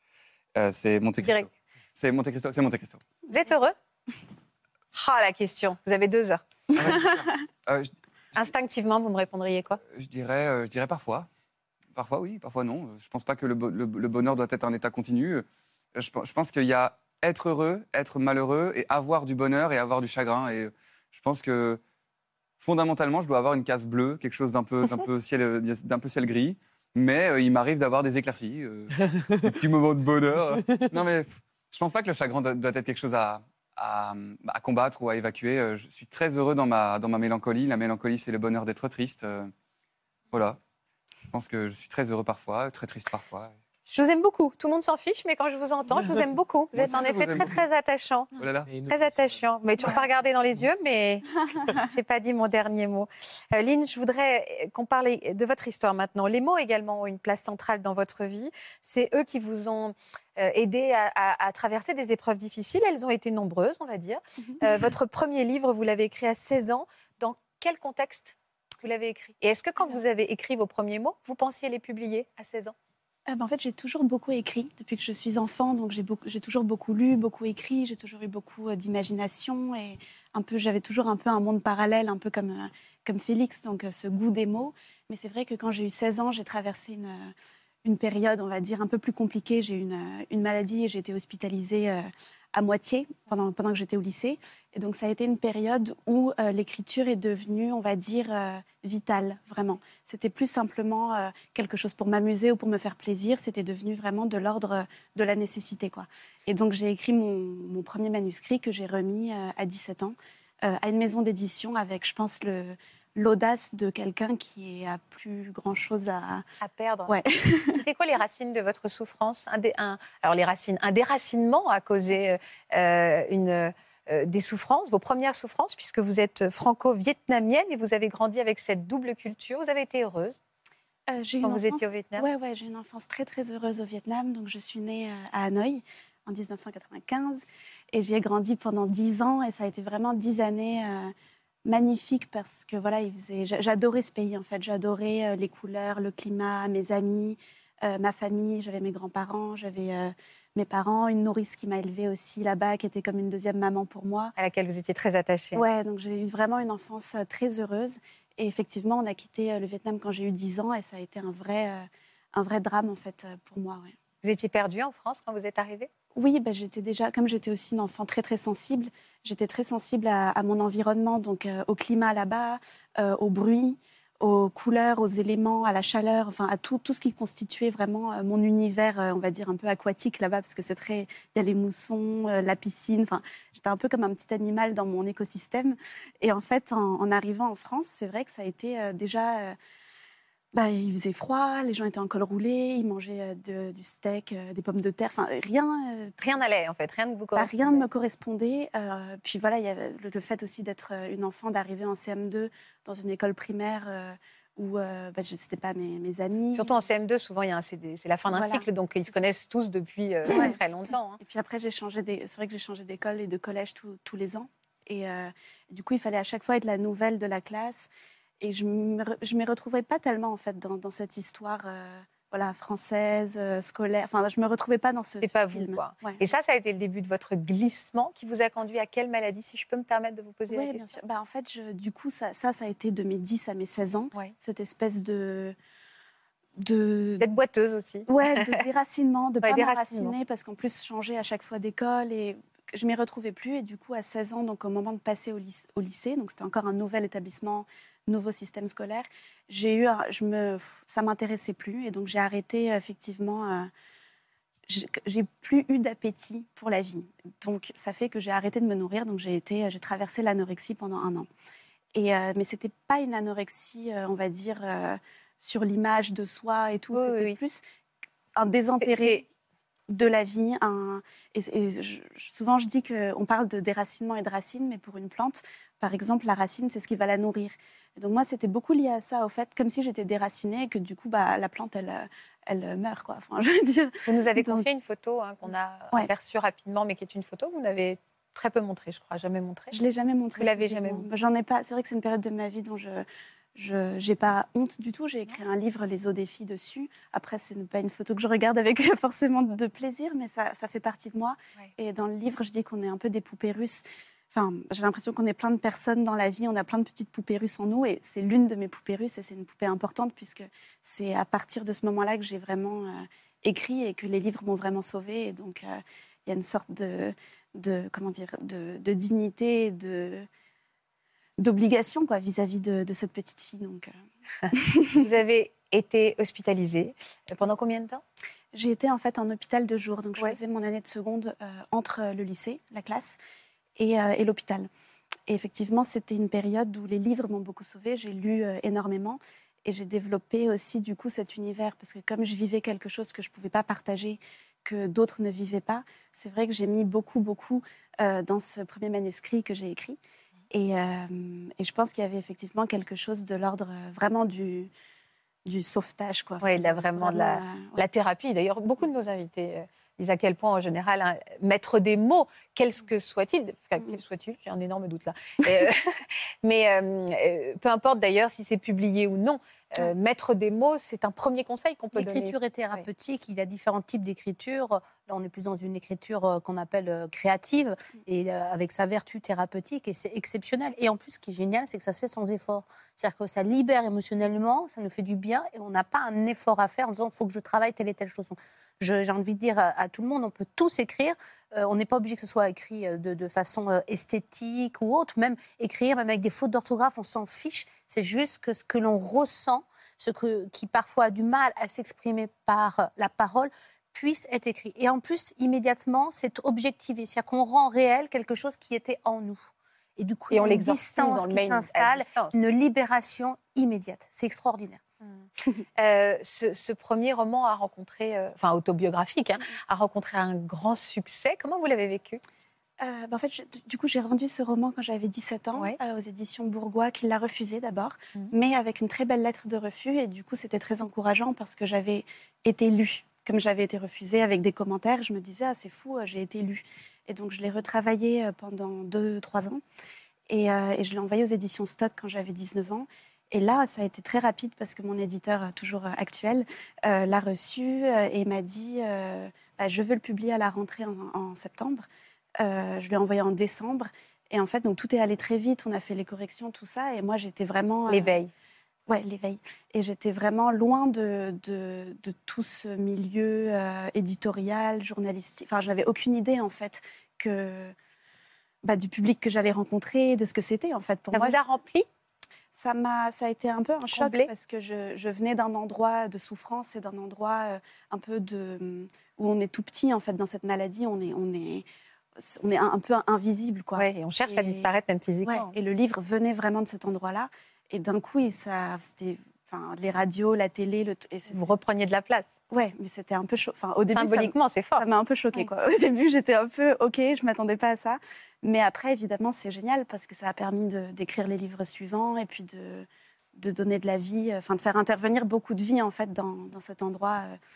C'est Monte Cristo. Direct. C'est Monte Cristo. C'est Monte Cristo. Vous êtes heureux? Ah, la question. Vous avez 2 heures. Je Instinctivement, vous me répondriez quoi? je dirais parfois. Parfois oui, parfois non. Je ne pense pas que le bonheur doit être un état continu. Je pense qu'il y a être heureux, être malheureux et avoir du bonheur et avoir du chagrin. Et je pense que fondamentalement, je dois avoir une case bleue, quelque chose d'un peu ciel gris. Mais il m'arrive d'avoir des éclaircies, des petits moments de bonheur. Non mais je ne pense pas que le chagrin doit être quelque chose à combattre ou à évacuer. Je suis très heureux dans ma mélancolie. La mélancolie, c'est le bonheur d'être triste. Voilà. Je pense que je suis très heureux parfois, très triste parfois. Je vous aime beaucoup. Tout le monde s'en fiche, mais quand je vous entends, je vous aime beaucoup. Vous Moi êtes en aussi, je effet vous aime très, beaucoup. très attachant. Oh là là. Et nous Très aussi. attachant. Vous m'avez toujours pas regardé dans les yeux, mais je n'ai pas dit mon dernier mot. Lynn, je voudrais qu'on parle de votre histoire maintenant. Les mots également ont une place centrale dans votre vie. C'est eux qui vous ont aidé à traverser des épreuves difficiles. Elles ont été nombreuses, on va dire. Votre premier livre, vous l'avez écrit à 16 ans. Dans quel contexte vous l'avez écrit? Et est-ce que quand vous avez écrit vos premiers mots, vous pensiez les publier à 16 ans? En fait, j'ai toujours beaucoup écrit depuis que je suis enfant. Donc, j'ai toujours beaucoup lu, beaucoup écrit. J'ai toujours eu beaucoup d'imagination. Et j'avais toujours un peu un monde parallèle, un peu comme Félix, donc ce goût des mots. Mais c'est vrai que quand j'ai eu 16 ans, j'ai traversé une période, on va dire, un peu plus compliquée. J'ai eu une maladie et j'ai été hospitalisée à moitié pendant que j'étais au lycée. Et donc, ça a été une période où l'écriture est devenue, on va dire, vitale, vraiment. C'était plus simplement quelque chose pour m'amuser ou pour me faire plaisir. C'était devenu vraiment de l'ordre de la nécessité, quoi. Et donc, j'ai écrit mon premier manuscrit que j'ai remis à 17 ans à une maison d'édition avec, je pense, l'audace de quelqu'un qui a plus grand-chose à perdre. Ouais. C'était quoi les racines de votre souffrance? Alors les racines, un déracinement a causé des souffrances, vos premières souffrances, puisque vous êtes franco-vietnamienne et vous avez grandi avec cette double culture. Vous avez été heureuse quand vous étiez au Vietnam? Ouais, j'ai une enfance très très heureuse au Vietnam. Donc je suis née à Hanoï en 1995 et j'y ai grandi pendant 10 ans et ça a été vraiment 10 années magnifiques parce que voilà, j'adorais ce pays en fait. J'adorais les couleurs, le climat, mes amis, ma famille. J'avais mes grands-parents, j'avais mes parents, une nourrice qui m'a élevée aussi là-bas, qui était comme une deuxième maman pour moi. À laquelle vous étiez très attachée. Ouais, donc j'ai eu vraiment une enfance très heureuse. Et effectivement, on a quitté le Vietnam quand j'ai eu 10 ans et ça a été un vrai drame en fait pour moi. Ouais. Vous étiez perdue en France quand vous êtes arrivée? Oui, j'étais déjà, comme j'étais aussi une enfant très très sensible, j'étais très sensible à mon environnement, donc au climat là-bas, au bruit, aux couleurs, aux éléments, à la chaleur, enfin à tout ce qui constituait vraiment mon univers, on va dire un peu aquatique là-bas, parce que il y a les moussons, la piscine, enfin j'étais un peu comme un petit animal dans mon écosystème. Et en fait, en arrivant en France, c'est vrai que ça a été déjà... il faisait froid, les gens étaient en col roulé, ils mangeaient du steak, des pommes de terre, enfin rien... Rien n'allait en fait, rien ne vous correspondait. Rien ne me correspondait. Puis voilà, il y avait le fait aussi d'être une enfant, d'arriver en CM2 dans une école primaire où c'était pas mes amis. Surtout en CM2, souvent c'est la fin d'un Voilà. cycle, donc ils se connaissent tous depuis très longtemps. Hein. Et puis après, c'est vrai que j'ai changé d'école et de collège tous les ans. Et du coup, il fallait à chaque fois être la nouvelle de la classe. Et je ne me retrouvais pas tellement en fait dans cette histoire voilà, française, scolaire. Enfin, je me retrouvais pas dans ce C'est pas vous, film. quoi. Ouais. Et ça a été le début de votre glissement qui vous a conduit à quelle maladie, si je peux me permettre de vous poser la Oui, bien question? sûr. Bah, en fait, du coup, ça a été de mes 10 à mes 16 ans. Ouais. Cette espèce de D'être boiteuse aussi. ouais, de déracinement, de Ouais, pas déracinement. m'enraciner, parce qu'en plus, je changeais à chaque fois d'école et je m'y retrouvais plus. Et du coup, à 16 ans, donc au moment de passer au lycée, donc c'était encore un nouvel établissement, nouveau système scolaire, ça m'intéressait plus. Et donc, j'ai arrêté, effectivement, j'ai plus eu d'appétit pour la vie. Donc, ça fait que j'ai arrêté de me nourrir. Donc, j'ai traversé l'anorexie pendant 1 an. Mais c'était pas une anorexie, on va dire, sur l'image de soi et tout. Oui, C'était oui. plus un désintérêt de la vie. Souvent, je dis qu'on parle de déracinement et de racine, mais pour une plante, par exemple, la racine, c'est ce qui va la nourrir. Et donc moi, c'était beaucoup lié à ça, au fait, comme si j'étais déracinée et que du coup, la plante, elle meurt, quoi. Enfin, je veux dire. Vous nous avez Donc, confié une photo qu'on a Ouais. aperçue rapidement, mais qui est une photo que vous n'avez très peu montrée, je crois, jamais montrée. je l'ai jamais montré. Vous l'avez publiquement. jamais montré. J'en ai pas. C'est vrai que c'est une période de ma vie dont j'ai pas honte du tout. J'ai écrit un livre, Les eaux des filles, dessus. Après, ce n'est pas une photo que je regarde avec forcément de plaisir, mais ça fait partie de moi. Ouais. Et dans le livre, je dis qu'on est un peu des poupées russes. Enfin, j'ai l'impression qu'on est plein de personnes dans la vie, on a plein de petites poupées russes en nous, et c'est l'une de mes poupées russes, et c'est une poupée importante, puisque c'est à partir de ce moment-là que j'ai vraiment écrit et que les livres m'ont vraiment sauvée. Et donc, il y a une sorte de dignité et d'obligation, quoi, vis-à-vis de cette petite fille. Donc, Vous avez été hospitalisée pendant combien de temps? j'ai été en fait en hôpital de jour, donc je Ouais. faisais mon année de seconde entre le lycée, la classe, et l'hôpital. Et effectivement, c'était une période où les livres m'ont beaucoup sauvée. J'ai lu énormément et j'ai développé aussi du coup cet univers, parce que comme je vivais quelque chose que je ne pouvais pas partager, que d'autres ne vivaient pas, c'est vrai que j'ai mis beaucoup dans ce premier manuscrit que j'ai écrit. Et je pense qu'il y avait effectivement quelque chose de l'ordre vraiment du sauvetage, quoi. Oui, vraiment de la ouais. thérapie. D'ailleurs, beaucoup de nos invités disent à quel point, en général, mettre des mots, quel que soit-il, j'ai un énorme doute là, mais peu importe d'ailleurs si c'est publié ou non, mettre des mots, c'est un premier conseil qu'on peut donner. L'écriture est thérapeutique, il y a différents types d'écriture. Là, on est plus dans une écriture qu'on appelle créative, et avec sa vertu thérapeutique, et c'est exceptionnel. Et en plus, ce qui est génial, c'est que ça se fait sans effort. C'est-à-dire que ça libère émotionnellement, ça nous fait du bien, et on n'a pas un effort à faire en disant « il faut que je travaille telle et telle chose ». J'ai envie de dire à tout le monde, on peut tous écrire. On n'est pas obligé que ce soit écrit de façon esthétique ou autre. Même écrire, même avec des fautes d'orthographe, on s'en fiche. C'est juste que ce que l'on ressent, qui parfois a du mal à s'exprimer par la parole, puisse être écrit. Et en plus, immédiatement, c'est objectivé. C'est-à-dire qu'on rend réel quelque chose qui était en nous. Et du coup, il y a une distance qui s'installe, une libération immédiate. C'est extraordinaire. Ce premier roman a rencontré, autobiographique, a rencontré un grand succès. Comment vous l'avez vécu? En fait, du coup, j'ai rendu ce roman quand j'avais 17 ans aux éditions Bourgois, qui l'a refusé d'abord, mais avec une très belle lettre de refus. Et du coup, c'était très encourageant parce que j'avais été lue. Comme j'avais été refusée avec des commentaires, je me disais « Ah, c'est fou, j'ai été lue ». Et donc, je l'ai retravaillé pendant 2-3 ans. Et je l'ai envoyé aux éditions Stock quand j'avais 19 ans. Et là, ça a été très rapide parce que mon éditeur, toujours actuel, l'a reçu et m'a dit je veux le publier à la rentrée en septembre. Je lui ai envoyé en décembre. Et en fait, donc, tout est allé très vite. On a fait les corrections, tout ça. Et moi, j'étais vraiment... L'éveil. Ouais, l'éveil. Et j'étais vraiment loin de tout ce milieu éditorial, journalistique. Enfin, je n'avais aucune idée, en fait, du public que j'allais rencontrer, de ce que c'était, en fait, pour moi. Ça vous a rempli? Ça a été un peu un choc parce que je venais d'un endroit de souffrance et d'un endroit un peu où on est tout petit, en fait, dans cette maladie. On est un peu invisible, quoi. Ouais, et on cherche à disparaître même physiquement. Ouais, et le livre venait vraiment de cet endroit-là. Et d'un coup, c'était les radios, la télé... Vous repreniez de la place. Ouais, mais c'était un peu chaud. Au début, symboliquement, c'est fort. Ça m'a un peu choquée, quoi. Au début, j'étais un peu OK, je ne m'attendais pas à ça. Mais après, évidemment, c'est génial parce que ça a permis d'écrire les livres suivants et puis de donner de la vie, de faire intervenir beaucoup de vie, en fait, dans cet endroit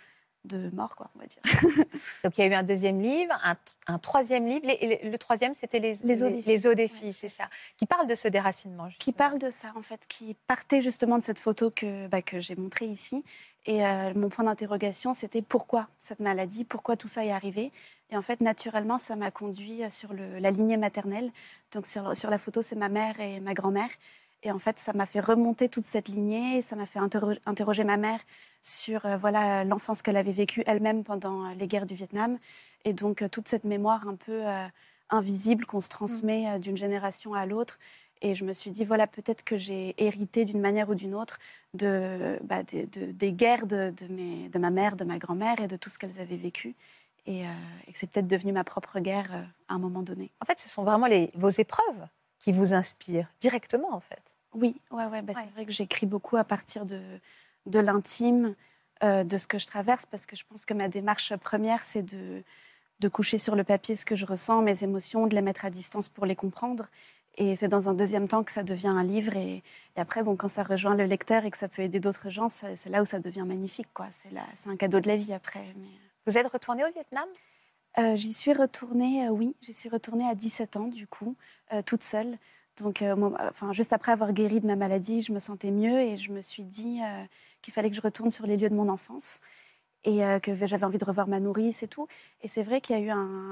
de mort, quoi, on va dire. Donc, il y a eu un deuxième livre, un troisième livre. Le troisième, c'était les eaux des filles, c'est ça. Qui parle de ce déracinement, justement. Qui parle de ça, en fait, qui partait justement de cette photo que j'ai montrée ici. Et mon point d'interrogation, c'était pourquoi cette maladie, pourquoi tout ça est arrivé. Et en fait, naturellement, ça m'a conduit sur la lignée maternelle. Donc, sur la photo, c'est ma mère et ma grand-mère. Et en fait, ça m'a fait remonter toute cette lignée. Ça m'a fait interroger ma mère sur l'enfance qu'elle avait vécue elle-même pendant les guerres du Vietnam. Et donc, toute cette mémoire un peu invisible qu'on se transmet d'une génération à l'autre. Et je me suis dit, voilà, peut-être que j'ai hérité d'une manière ou d'une autre des guerres de ma mère, de ma grand-mère et de tout ce qu'elles avaient vécu. Et que c'est peut-être devenu ma propre guerre à un moment donné. En fait, ce sont vraiment vos épreuves qui vous inspirent directement, en fait. Oui, c'est vrai que j'écris beaucoup à partir de l'intime, de ce que je traverse, parce que je pense que ma démarche première, c'est de coucher sur le papier ce que je ressens, mes émotions, de les mettre à distance pour les comprendre. Et c'est dans un deuxième temps que ça devient un livre. Et après, quand ça rejoint le lecteur et que ça peut aider d'autres gens, c'est là où ça devient magnifique, quoi. C'est un cadeau de la vie après. Mais... Vous êtes retournée au Vietnam ? J'y suis retournée, oui. J'y suis retournée à 17 ans, du coup, toute seule. Donc, juste après avoir guéri de ma maladie, je me sentais mieux et je me suis dit qu'il fallait que je retourne sur les lieux de mon enfance et que j'avais envie de revoir ma nourrice et tout. Et c'est vrai qu'il y a eu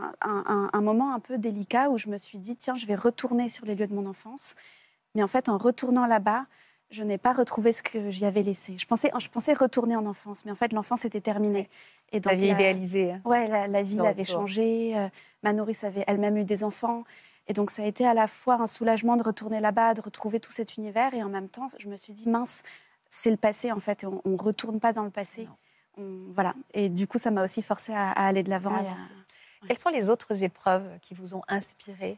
un moment un peu délicat où je me suis dit, tiens, je vais retourner sur les lieux de mon enfance. Mais en fait, en retournant là-bas, je n'ai pas retrouvé ce que j'y avais laissé. Je pensais retourner en enfance, mais en fait, l'enfance était terminée. Et donc, la vie idéalisée. Oui, la vie avait changé. Ma nourrice avait elle-même eu des enfants. Et donc, ça a été à la fois un soulagement de retourner là-bas, de retrouver tout cet univers. Et en même temps, je me suis dit, mince, c'est le passé, en fait. Et on ne retourne pas dans le passé. Voilà. Et du coup, ça m'a aussi forcée à aller de l'avant. Quelles sont les autres épreuves qui vous ont inspiré,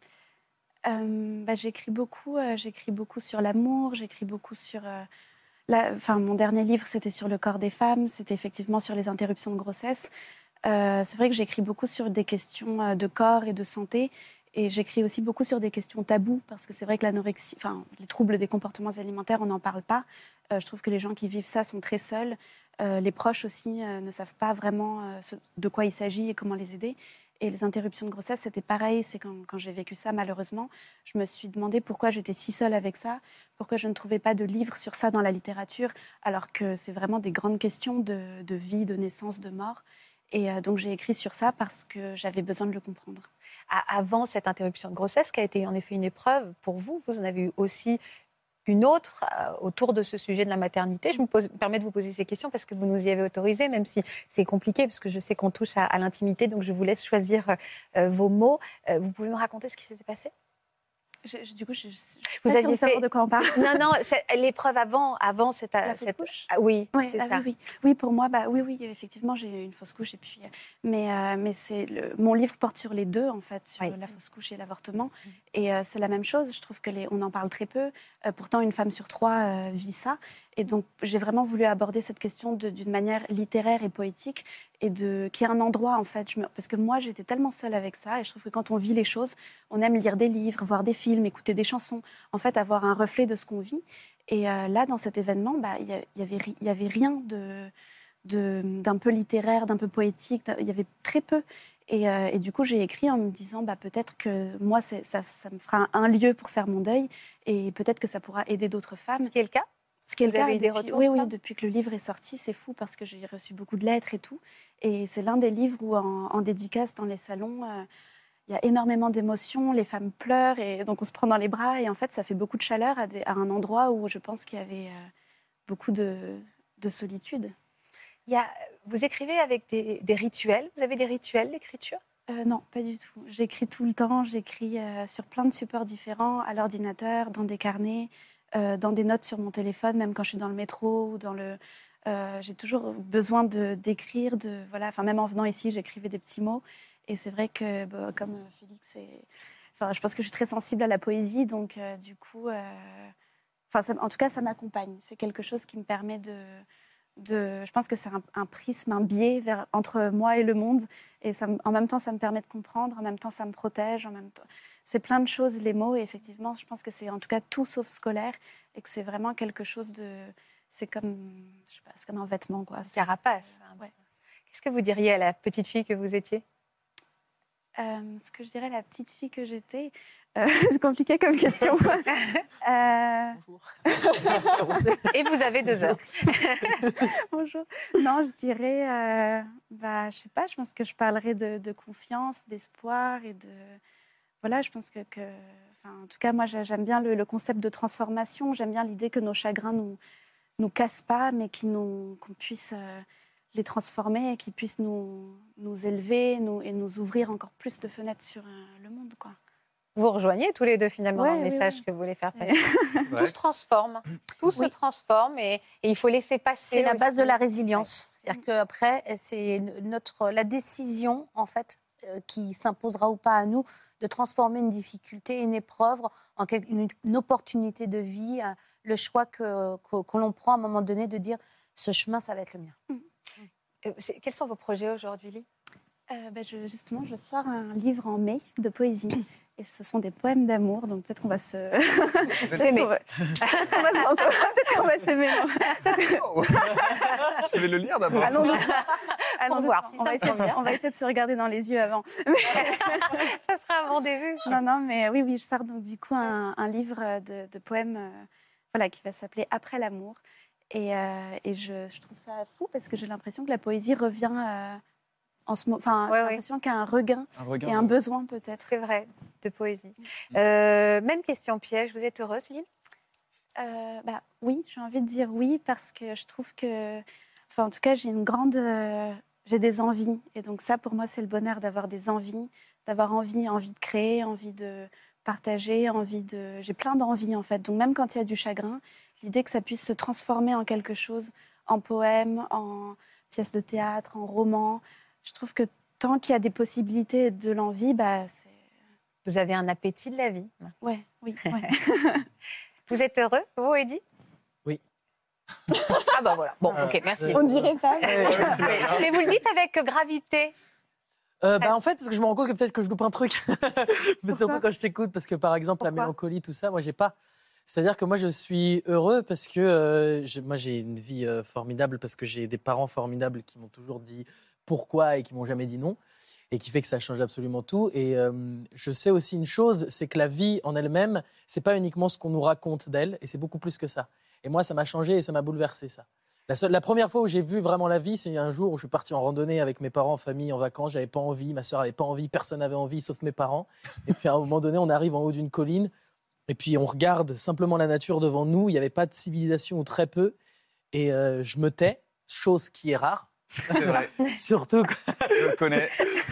j'écris beaucoup sur l'amour. J'écris beaucoup sur... mon dernier livre, c'était sur le corps des femmes. C'était effectivement sur les interruptions de grossesse. C'est vrai que j'écris beaucoup sur des questions de corps et de santé. Et j'écris aussi beaucoup sur des questions taboues, parce que c'est vrai que l'anorexie, les troubles des comportements alimentaires, on n'en parle pas. Je trouve que les gens qui vivent ça sont très seuls. Les proches aussi ne savent pas vraiment de quoi il s'agit et comment les aider. Et les interruptions de grossesse, c'était pareil. C'est quand j'ai vécu ça, malheureusement, je me suis demandé pourquoi j'étais si seule avec ça, pourquoi je ne trouvais pas de livres sur ça dans la littérature, alors que c'est vraiment des grandes questions de vie, de naissance, de mort. Et donc, j'ai écrit sur ça parce que j'avais besoin de le comprendre. Avant cette interruption de grossesse, qui a été en effet une épreuve pour vous, vous en avez eu aussi une autre autour de ce sujet de la maternité. Je me permets de vous poser ces questions parce que vous nous y avez autorisé, même si c'est compliqué, parce que je sais qu'on touche à l'intimité, donc je vous laisse choisir vos mots. Vous pouvez me raconter ce qui s'était passé ? Du coup, je vous aviez fait de quoi on parle. Non, l'épreuve avant cette fausse couche. Oui, c'est ça. Oui, pour moi, oui, effectivement, j'ai eu une fausse couche et puis, mais mon livre porte sur les deux en fait, sur la fausse couche et l'avortement, et c'est la même chose. Je trouve que on en parle très peu. Pourtant, une femme sur trois vit ça, et donc j'ai vraiment voulu aborder cette question d'une manière littéraire et poétique. Et qu'il y ait un endroit, en fait. Parce que moi, j'étais tellement seule avec ça. Et je trouve que quand on vit les choses, on aime lire des livres, voir des films, écouter des chansons. En fait, avoir un reflet de ce qu'on vit. Et là, dans cet événement, il y avait rien d'un peu littéraire, d'un peu poétique. Il y avait très peu. Et du coup, j'ai écrit en me disant, peut-être que moi, ça me fera un lieu pour faire mon deuil. Et peut-être que ça pourra aider d'autres femmes. Ce qui est le cas ? Ce qui est Vous avez eu des retours ? Oui, depuis que le livre est sorti, c'est fou parce que j'ai reçu beaucoup de lettres et tout. Et c'est l'un des livres où, en dédicace dans les salons, il y a énormément d'émotions, les femmes pleurent, et donc on se prend dans les bras. Et en fait, ça fait beaucoup de chaleur à un endroit où je pense qu'il y avait beaucoup de solitude. Vous écrivez avec des rituels ? Vous avez des rituels d'écriture ? Non, pas du tout. J'écris tout le temps, j'écris sur plein de supports différents, à l'ordinateur, dans des carnets, dans des notes sur mon téléphone, même quand je suis dans le métro ou j'ai toujours besoin d'écrire, même en venant ici, j'écrivais des petits mots. Et c'est vrai que, comme Félix, je pense que je suis très sensible à la poésie, donc du coup, en tout cas, ça m'accompagne. C'est quelque chose qui me permet je pense que c'est un prisme, un biais entre moi et le monde. Et en même temps, ça me permet de comprendre, en même temps, ça me protège, en même temps... C'est plein de choses, les mots, et effectivement, je pense que c'est en tout cas tout sauf scolaire, et que c'est vraiment quelque chose de... C'est comme un vêtement, quoi. Carapace. Ouais. Qu'est-ce que vous diriez à la petite fille que vous étiez ? Ce que je dirais à la petite fille que j'étais, c'est compliqué comme question. Bonjour. Et vous avez 2 heures. Bonjour. Non, je dirais, je sais pas, je pense que je parlerais de confiance, d'espoir et de... Voilà, je pense que en tout cas, moi, j'aime bien le concept de transformation. J'aime bien l'idée que nos chagrins nous cassent pas, mais qu'on puisse les transformer et qu'ils puissent nous élever et nous ouvrir encore plus de fenêtres sur le monde, quoi. Vous rejoignez tous les deux finalement Ouais, dans le oui, message oui. que vous voulez faire passer. Ouais. Tout se transforme, tout se transforme et il faut laisser passer. C'est la base aussi. de la résilience. C'est-à-dire qu'après, c'est la décision, en fait, qui s'imposera ou pas à nous, de transformer une difficulté, une épreuve, en une opportunité de vie, le choix que l'on prend à un moment donné de dire ce chemin, ça va être le mien. Quels sont vos projets aujourd'hui, Ly ? Justement, je sors un livre en mai de poésie. Et ce sont des poèmes d'amour, donc peut-être qu'on va se... S'aimer. Peut-être qu'on va s'aimer. Je vais le lire d'abord. Allons Pour voir si on ça va me convient. on va essayer de se regarder dans les yeux avant. Ça sera un rendez-vous. Non, mais oui, je sors donc du coup un livre de poèmes qui va s'appeler Après l'amour. Et je trouve ça fou parce que j'ai l'impression que la poésie revient en ce moment. Enfin, j'ai l'impression qu'il y a un regain et un besoin peut-être. C'est vrai, de poésie. Même question piège, vous êtes heureuse, Lynn ? Oui, j'ai envie de dire oui parce que je trouve que... Enfin, en tout cas, j'ai des envies. Et donc ça, pour moi, c'est le bonheur d'avoir des envies, d'avoir envie de créer, envie de partager, j'ai plein d'envies, en fait. Donc même quand il y a du chagrin, l'idée que ça puisse se transformer en quelque chose, en poème, en pièce de théâtre, en roman. Je trouve que tant qu'il y a des possibilités de l'envie, c'est... Vous avez un appétit de la vie. Oui. Vous êtes heureux, vous, Eddy ? Oui. Ah bah voilà. Bon, ok, merci. On ne dirait pas. Mais vous le dites avec gravité. En fait, parce que je me rends compte que peut-être que je loupe un truc. Mais surtout quand je t'écoute, parce que par exemple, la mélancolie, tout ça, moi, j'ai pas. C'est-à-dire que moi, je suis heureux parce que j'ai une vie formidable, parce que j'ai des parents formidables qui m'ont toujours dit pourquoi et qui m'ont jamais dit non, et qui fait que ça change absolument tout. Et je sais aussi une chose, c'est que la vie en elle-même, c'est pas uniquement ce qu'on nous raconte d'elle, et c'est beaucoup plus que ça. Et moi, ça m'a changé et ça m'a bouleversé, ça. La première fois où j'ai vu vraiment la vie, c'est un jour où je suis parti en randonnée avec mes parents en famille, en vacances. J'avais pas envie, ma sœur avait pas envie, personne n'avait envie, sauf mes parents. Et puis à un moment donné, on arrive en haut d'une colline, et puis on regarde simplement la nature devant nous. Il n'y avait pas de civilisation ou très peu. Et je me tais, chose qui est rare. C'est vrai. Surtout. Je le connais.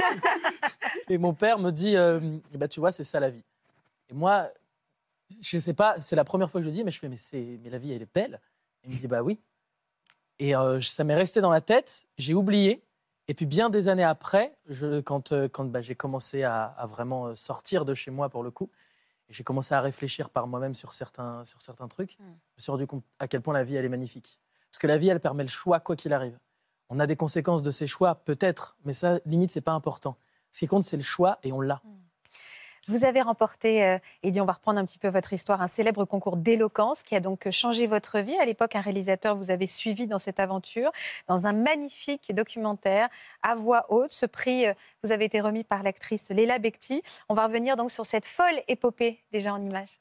Et mon père me dit, tu vois, c'est ça la vie. Et moi, je sais pas, c'est la première fois que je le dis, mais je fais, mais la vie, elle est belle. Et il me dit, bah oui. Et ça m'est resté dans la tête, j'ai oublié. Et puis bien des années après, quand j'ai commencé à vraiment sortir de chez moi pour le coup, et j'ai commencé à réfléchir par moi-même sur certains trucs, je me suis rendu compte à quel point la vie, elle est magnifique. Parce que la vie, elle permet le choix quoi qu'il arrive. On a des conséquences de ces choix, peut-être, mais ça, limite, c'est pas important. Ce qui compte, c'est le choix et on l'a. Vous avez remporté, Eddy, on va reprendre un petit peu votre histoire, un célèbre concours d'éloquence qui a donc changé votre vie. À l'époque, un réalisateur vous avait suivi dans cette aventure, dans un magnifique documentaire à voix haute. Ce prix vous avait été remis par l'actrice Léla Becti. On va revenir donc sur cette folle épopée déjà en images.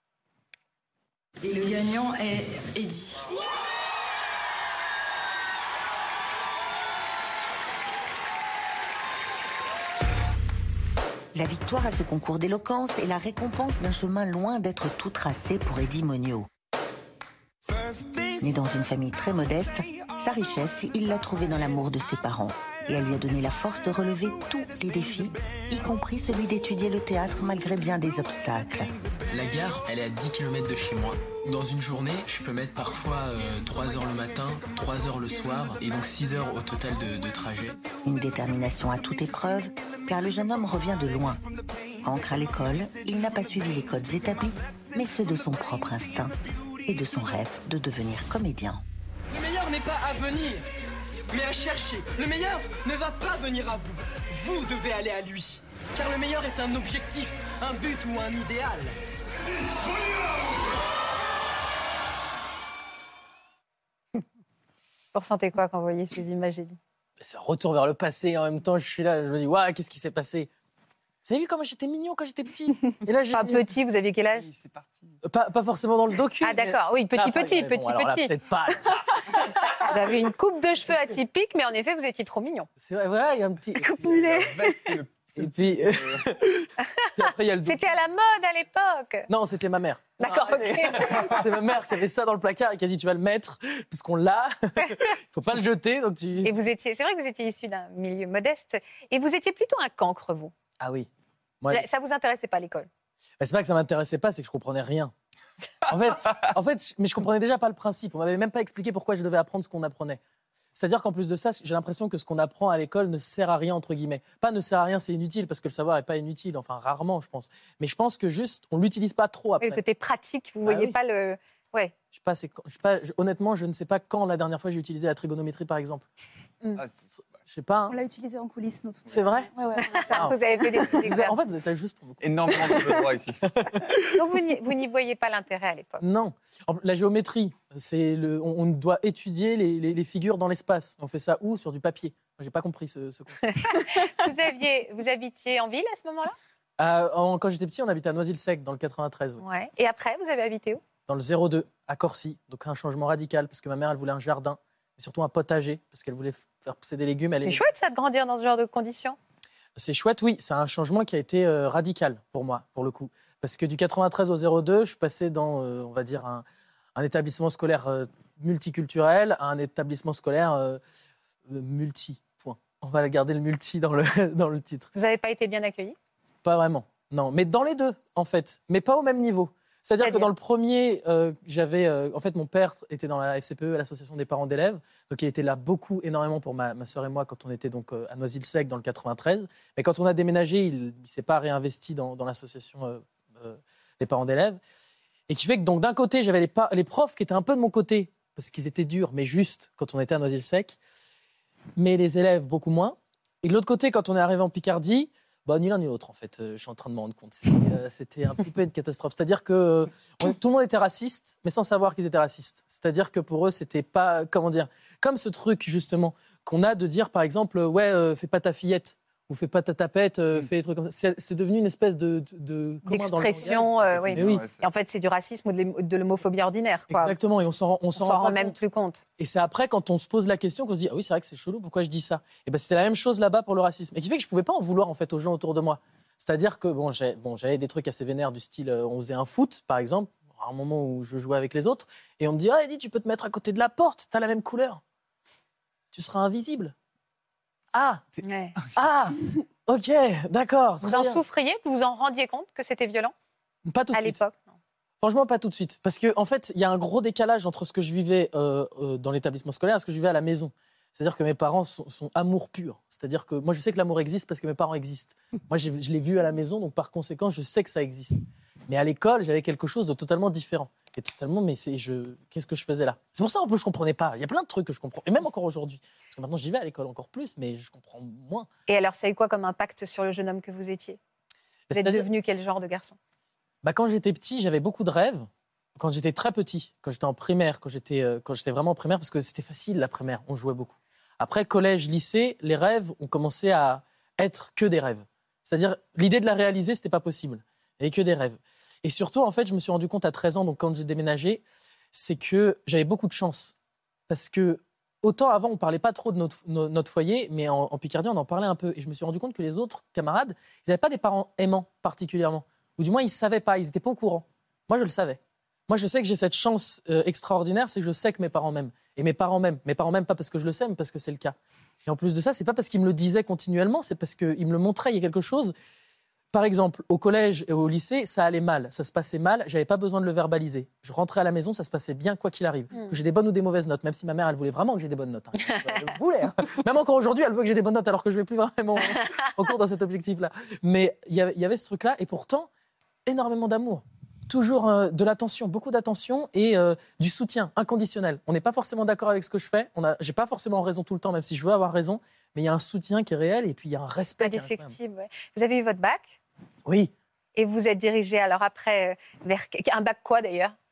Et le gagnant est Eddy. La victoire à ce concours d'éloquence est la récompense d'un chemin loin d'être tout tracé pour Eddy Monio. Né dans une famille très modeste, sa richesse, il l'a trouvée dans l'amour de ses parents. Et elle lui a donné la force de relever tous les défis, y compris celui d'étudier le théâtre malgré bien des obstacles. La gare, elle est à 10 km de chez moi. Dans une journée, je peux mettre parfois 3 heures le matin, 3 heures le soir, et donc 6 heures au total de trajet. Une détermination à toute épreuve, car le jeune homme revient de loin. Quand entre à l'école, il n'a pas suivi les codes établis, mais ceux de son propre instinct et de son rêve de devenir comédien. Le meilleur n'est pas à venir, mais à chercher. Le meilleur ne va pas venir à vous. Vous devez aller à lui. Car le meilleur est un objectif, un but ou un idéal. Vous ressentez quoi quand vous voyez ces images, Eddy ? c'est un retour vers le passé. En même temps, je suis là, je me dis, waouh, qu'est-ce qui s'est passé? Vous avez vu comment j'étais mignon quand j'étais petit? Et là, Pas petit, vous aviez quel âge? C'est parti. Pas forcément dans le docu. Ah d'accord, oui, petit. Peut-être pas. Vous avez une coupe de cheveux atypique, mais en effet, vous étiez trop mignon. C'est vrai, voilà, il y a un petit... Coupe mulet. Et puis, et après, il y a le docu. C'était à la mode à l'époque. Non, c'était ma mère. D'accord, ok. C'est ma mère qui avait ça dans le placard et qui a dit, tu vas le mettre, puisqu'on l'a. Il faut pas le jeter, donc tu... Et c'est vrai que vous étiez issu d'un milieu modeste. Et vous étiez plutôt un cancre, vous. Ah oui. Moi, Ça vous intéressait pas l'école? c'est pas que ça m'intéressait pas, c'est que je comprenais rien. En fait, mais je comprenais déjà pas le principe. On m'avait même pas expliqué pourquoi je devais apprendre ce qu'on apprenait. C'est-à-dire qu'en plus de ça, j'ai l'impression que ce qu'on apprend à l'école ne sert à rien, entre guillemets. Pas ne sert à rien, c'est inutile, parce que le savoir est pas inutile, enfin rarement, je pense. Mais je pense que juste, on l'utilise pas trop après. Oui, le côté pratique, vous voyez pas le... Ouais. Honnêtement, je ne sais pas quand la dernière fois j'ai utilisé la trigonométrie, par exemple. Je sais pas. On l'a utilisé en coulisses, nous. C'est vrai? Ouais. Vous avez fait des petits examens. En fait, vous êtes là juste pour me... Énormément de droit ici. Donc vous n'y voyez pas l'intérêt à l'époque? Non. La géométrie, on doit étudier les figures dans l'espace. On fait ça où? Sur du papier. Moi, j'ai pas compris ce concept. Vous habitiez en ville à ce moment-là? Quand j'étais petit, on habitait à Noisy-le-Sec, dans le 93. Oui. Ouais. Et après, vous avez habité où? Dans le 02, à Corcy. Donc un changement radical, parce que ma mère, elle voulait un jardin, et surtout un potager, parce qu'elle voulait faire pousser des légumes. C'est chouette, ça, de grandir dans ce genre de conditions? C'est chouette, oui. C'est un changement qui a été radical pour moi, pour le coup. Parce que du 93 au 02, je suis passé dans, on va dire, un établissement scolaire multiculturel à un établissement scolaire multi. Point. On va garder le multi dans le titre. Vous n'avez pas été bien accueilli? Pas vraiment, non. Mais dans les deux, en fait. Mais pas au même niveau. C'est-à-dire que dans le premier, en fait, mon père était dans la FCPE, l'association des parents d'élèves, donc il était là énormément pour ma sœur et moi quand on était donc à Noisy-le-Sec dans le 93. Mais quand on a déménagé, il ne s'est pas réinvesti dans l'association des parents d'élèves. Et qui fait que donc d'un côté, j'avais les profs qui étaient un peu de mon côté, parce qu'ils étaient durs, mais juste quand on était à Noisy-le-Sec, mais les élèves beaucoup moins. Et de l'autre côté, quand on est arrivé en Picardie, ni l'un ni l'autre, en fait, je suis en train de me rendre compte. C'était un petit peu une catastrophe. C'est-à-dire que tout le monde était raciste, mais sans savoir qu'ils étaient racistes. C'est-à-dire que pour eux, c'était pas, comment dire, comme ce truc, justement, qu'on a de dire, par exemple, fais pas ta fillette, ou fais pas ta tapette, fais des trucs comme ça. C'est devenu une espèce d'expression, oui. Oui. Et en fait, c'est du racisme ou de l'homophobie ordinaire, quoi. Exactement, et on s'en rend même plus compte. Et c'est après, quand on se pose la question, qu'on se dit, ah oui, c'est vrai que c'est chelou, pourquoi je dis ça? Et c'était la même chose là-bas pour le racisme. Et qui fait que je pouvais pas en vouloir, en fait, aux gens autour de moi. C'est-à-dire que, j'avais des trucs assez vénères du style, on faisait un foot, par exemple, à un moment où je jouais avec les autres, et on me dit, ah, Eddie, tu peux te mettre à côté de la porte, t'as la même couleur. Tu seras invisible. Ok, d'accord. Vous en souffriez? Vous vous en rendiez compte que c'était violent? Pas tout de suite. À l'époque, non. Franchement, pas tout de suite. Parce qu'en fait, il y a un gros décalage entre ce que je vivais dans l'établissement scolaire et ce que je vivais à la maison. C'est-à-dire que mes parents sont amour pur. C'est-à-dire que moi, je sais que l'amour existe parce que mes parents existent. Moi, je l'ai vu à la maison, donc par conséquent, je sais que ça existe. Mais à l'école, j'avais quelque chose de totalement différent. Et totalement, qu'est-ce que je faisais là? C'est pour ça, en plus, je comprenais pas. Il y a plein de trucs que je comprends. Et même encore aujourd'hui. Parce que maintenant, j'y vais à l'école encore plus, mais je comprends moins. Et alors, ça a eu quoi comme impact sur le jeune homme que vous étiez? Vous êtes devenu quel genre de garçon? Quand j'étais petit, j'avais beaucoup de rêves. Quand j'étais très petit, quand j'étais en primaire, quand j'étais vraiment en primaire, parce que c'était facile, la primaire, on jouait beaucoup. Après, collège, lycée, les rêves ont commencé à être que des rêves. C'est-à-dire, l'idée de la réaliser, c'était pas possible. Il n'y avait que des rêves. Et surtout, en fait, je me suis rendu compte à 13 ans, donc quand j'ai déménagé, c'est que j'avais beaucoup de chance. Parce que, autant avant, on ne parlait pas trop de notre foyer, mais en Picardie, on en parlait un peu. Et je me suis rendu compte que les autres camarades, ils n'avaient pas des parents aimants particulièrement. Ou du moins, ils ne savaient pas, ils n'étaient pas au courant. Moi, je le savais. Moi, je sais que j'ai cette chance extraordinaire, c'est que je sais que mes parents m'aiment. Et mes parents m'aiment pas parce que je le sais, mais parce que c'est le cas. Et en plus de ça, c'est pas parce qu'ils me le disaient continuellement, c'est parce qu'ils me le montraient. Il y a quelque chose. Par exemple, au collège et au lycée, ça allait mal, ça se passait mal, j'avais pas besoin de le verbaliser. Je rentrais à la maison, ça se passait bien quoi qu'il arrive. Que j'ai des bonnes ou des mauvaises notes, même si ma mère, elle voulait vraiment que j'ai des bonnes notes. Elle voulait. Même encore aujourd'hui, elle veut que j'ai des bonnes notes alors que je vais plus vraiment en cours dans cet objectif-là. Mais il y avait ce truc-là et pourtant, énormément d'amour. Toujours de l'attention, beaucoup d'attention et du soutien inconditionnel. On n'est pas forcément d'accord avec ce que je fais, j'ai pas forcément raison tout le temps, même si je veux avoir raison, mais il y a un soutien qui est réel et puis il y a un respect. Indéfectible, ouais. Vous avez eu votre bac? Oui. Et vous êtes dirigé alors après vers un bac quoi d'ailleurs?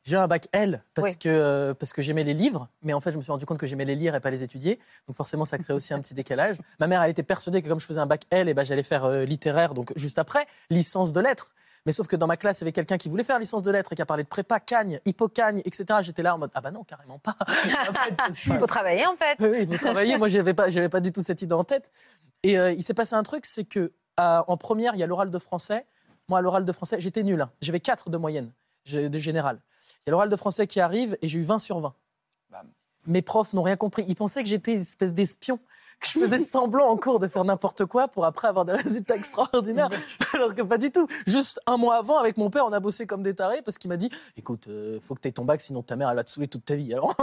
J'ai eu un bac L parce Oui. que j'aimais les livres, mais en fait, je me suis rendu compte que j'aimais les lire et pas les étudier. Donc forcément, ça crée aussi un petit décalage. Ma mère, elle était persuadée que comme je faisais un bac L, j'allais faire littéraire, donc juste après, licence de lettres. Mais sauf que dans ma classe, il y avait quelqu'un qui voulait faire licence de lettres et qui a parlé de prépa, cagne, hippocagne, etc. J'étais là en mode, ah bah non, carrément pas. Ça va pas être possible. Il faut travailler, en fait. Oui, il faut travailler. Moi, j'avais pas du tout cette idée en tête. Et il s'est passé un truc, c'est que en première, il y a l'oral de français. Moi, à l'oral de français, j'étais nul. Hein. J'avais 4 de moyenne, de général. Il y a l'oral de français qui arrive et j'ai eu 20 sur 20. Bam. Mes profs n'ont rien compris. Ils pensaient que j'étais une espèce d'espion, que je faisais semblant en cours de faire n'importe quoi pour après avoir des résultats extraordinaires. Alors que pas du tout. Juste un mois avant, avec mon père, on a bossé comme des tarés parce qu'il m'a dit « Écoute, faut que tu aies ton bac, sinon ta mère, elle va te saouler toute ta vie. » Alors,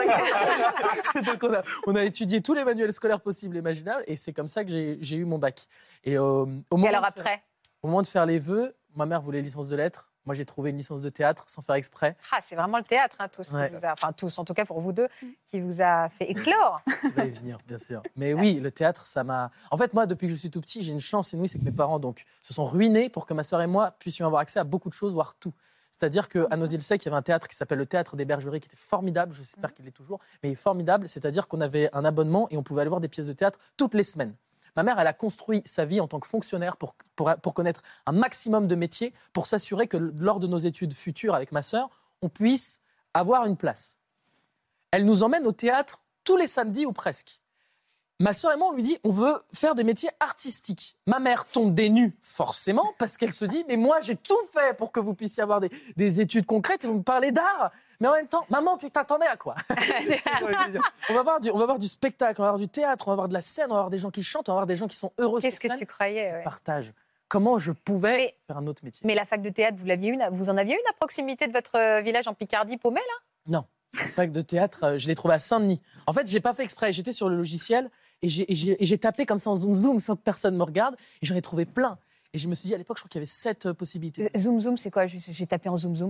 donc on a étudié tous les manuels scolaires possibles et imaginables et c'est comme ça que j'ai eu mon bac. Et, Et alors après au moment de faire les vœux, ma mère voulait licence de lettres. Moi, j'ai trouvé une licence de théâtre sans faire exprès. Ah, c'est vraiment le théâtre, hein, tous, Ouais. qui vous a, enfin tous, en tout cas pour vous deux, qui vous a fait éclore. Tu vas y venir, bien sûr. Mais oui, le théâtre, ça m'a... En fait, moi, depuis que je suis tout petit, j'ai une chance inouïe, c'est que mes parents se sont ruinés pour que ma sœur et moi puissions avoir accès à beaucoup de choses, voire tout. C'est-à-dire qu'à Noisy-le-Sec, il y avait un théâtre qui s'appelle le Théâtre des Bergeries, qui était formidable, j'espère qu'il l'est toujours, mais il est formidable, c'est-à-dire qu'on avait un abonnement et on pouvait aller voir des pièces de théâtre toutes les semaines. Ma mère, elle a construit sa vie en tant que fonctionnaire pour connaître un maximum de métiers, pour s'assurer que lors de nos études futures avec ma sœur, on puisse avoir une place. Elle nous emmène au théâtre tous les samedis ou presque. Ma sœur et moi, on lui dit, on veut faire des métiers artistiques. Ma mère tombe des nues, forcément, parce qu'elle se dit, mais moi, j'ai tout fait pour que vous puissiez avoir des études concrètes et vous me parlez d'art. Mais en même temps, maman, tu t'attendais à quoi? On va voir du spectacle, on va voir du théâtre, on va voir de la scène, on va voir des gens qui chantent, on va voir des gens qui sont heureux sur Qu'est-ce que scène. tu croyais Partage. Comment je pouvais faire un autre métier? Mais la fac de théâtre, vous en aviez une à proximité de votre village en Picardie, paumé, là? Non. La fac de théâtre, je l'ai trouvée à Saint-Denis. En fait, j'ai pas fait exprès. J'étais sur le logiciel et j'ai tapé comme ça en zoom sans que personne me regarde et j'en ai trouvé plein. Et je me suis dit, à l'époque, je crois qu'il y avait 7 possibilités. Zoom, c'est quoi? J'ai tapé en zoom.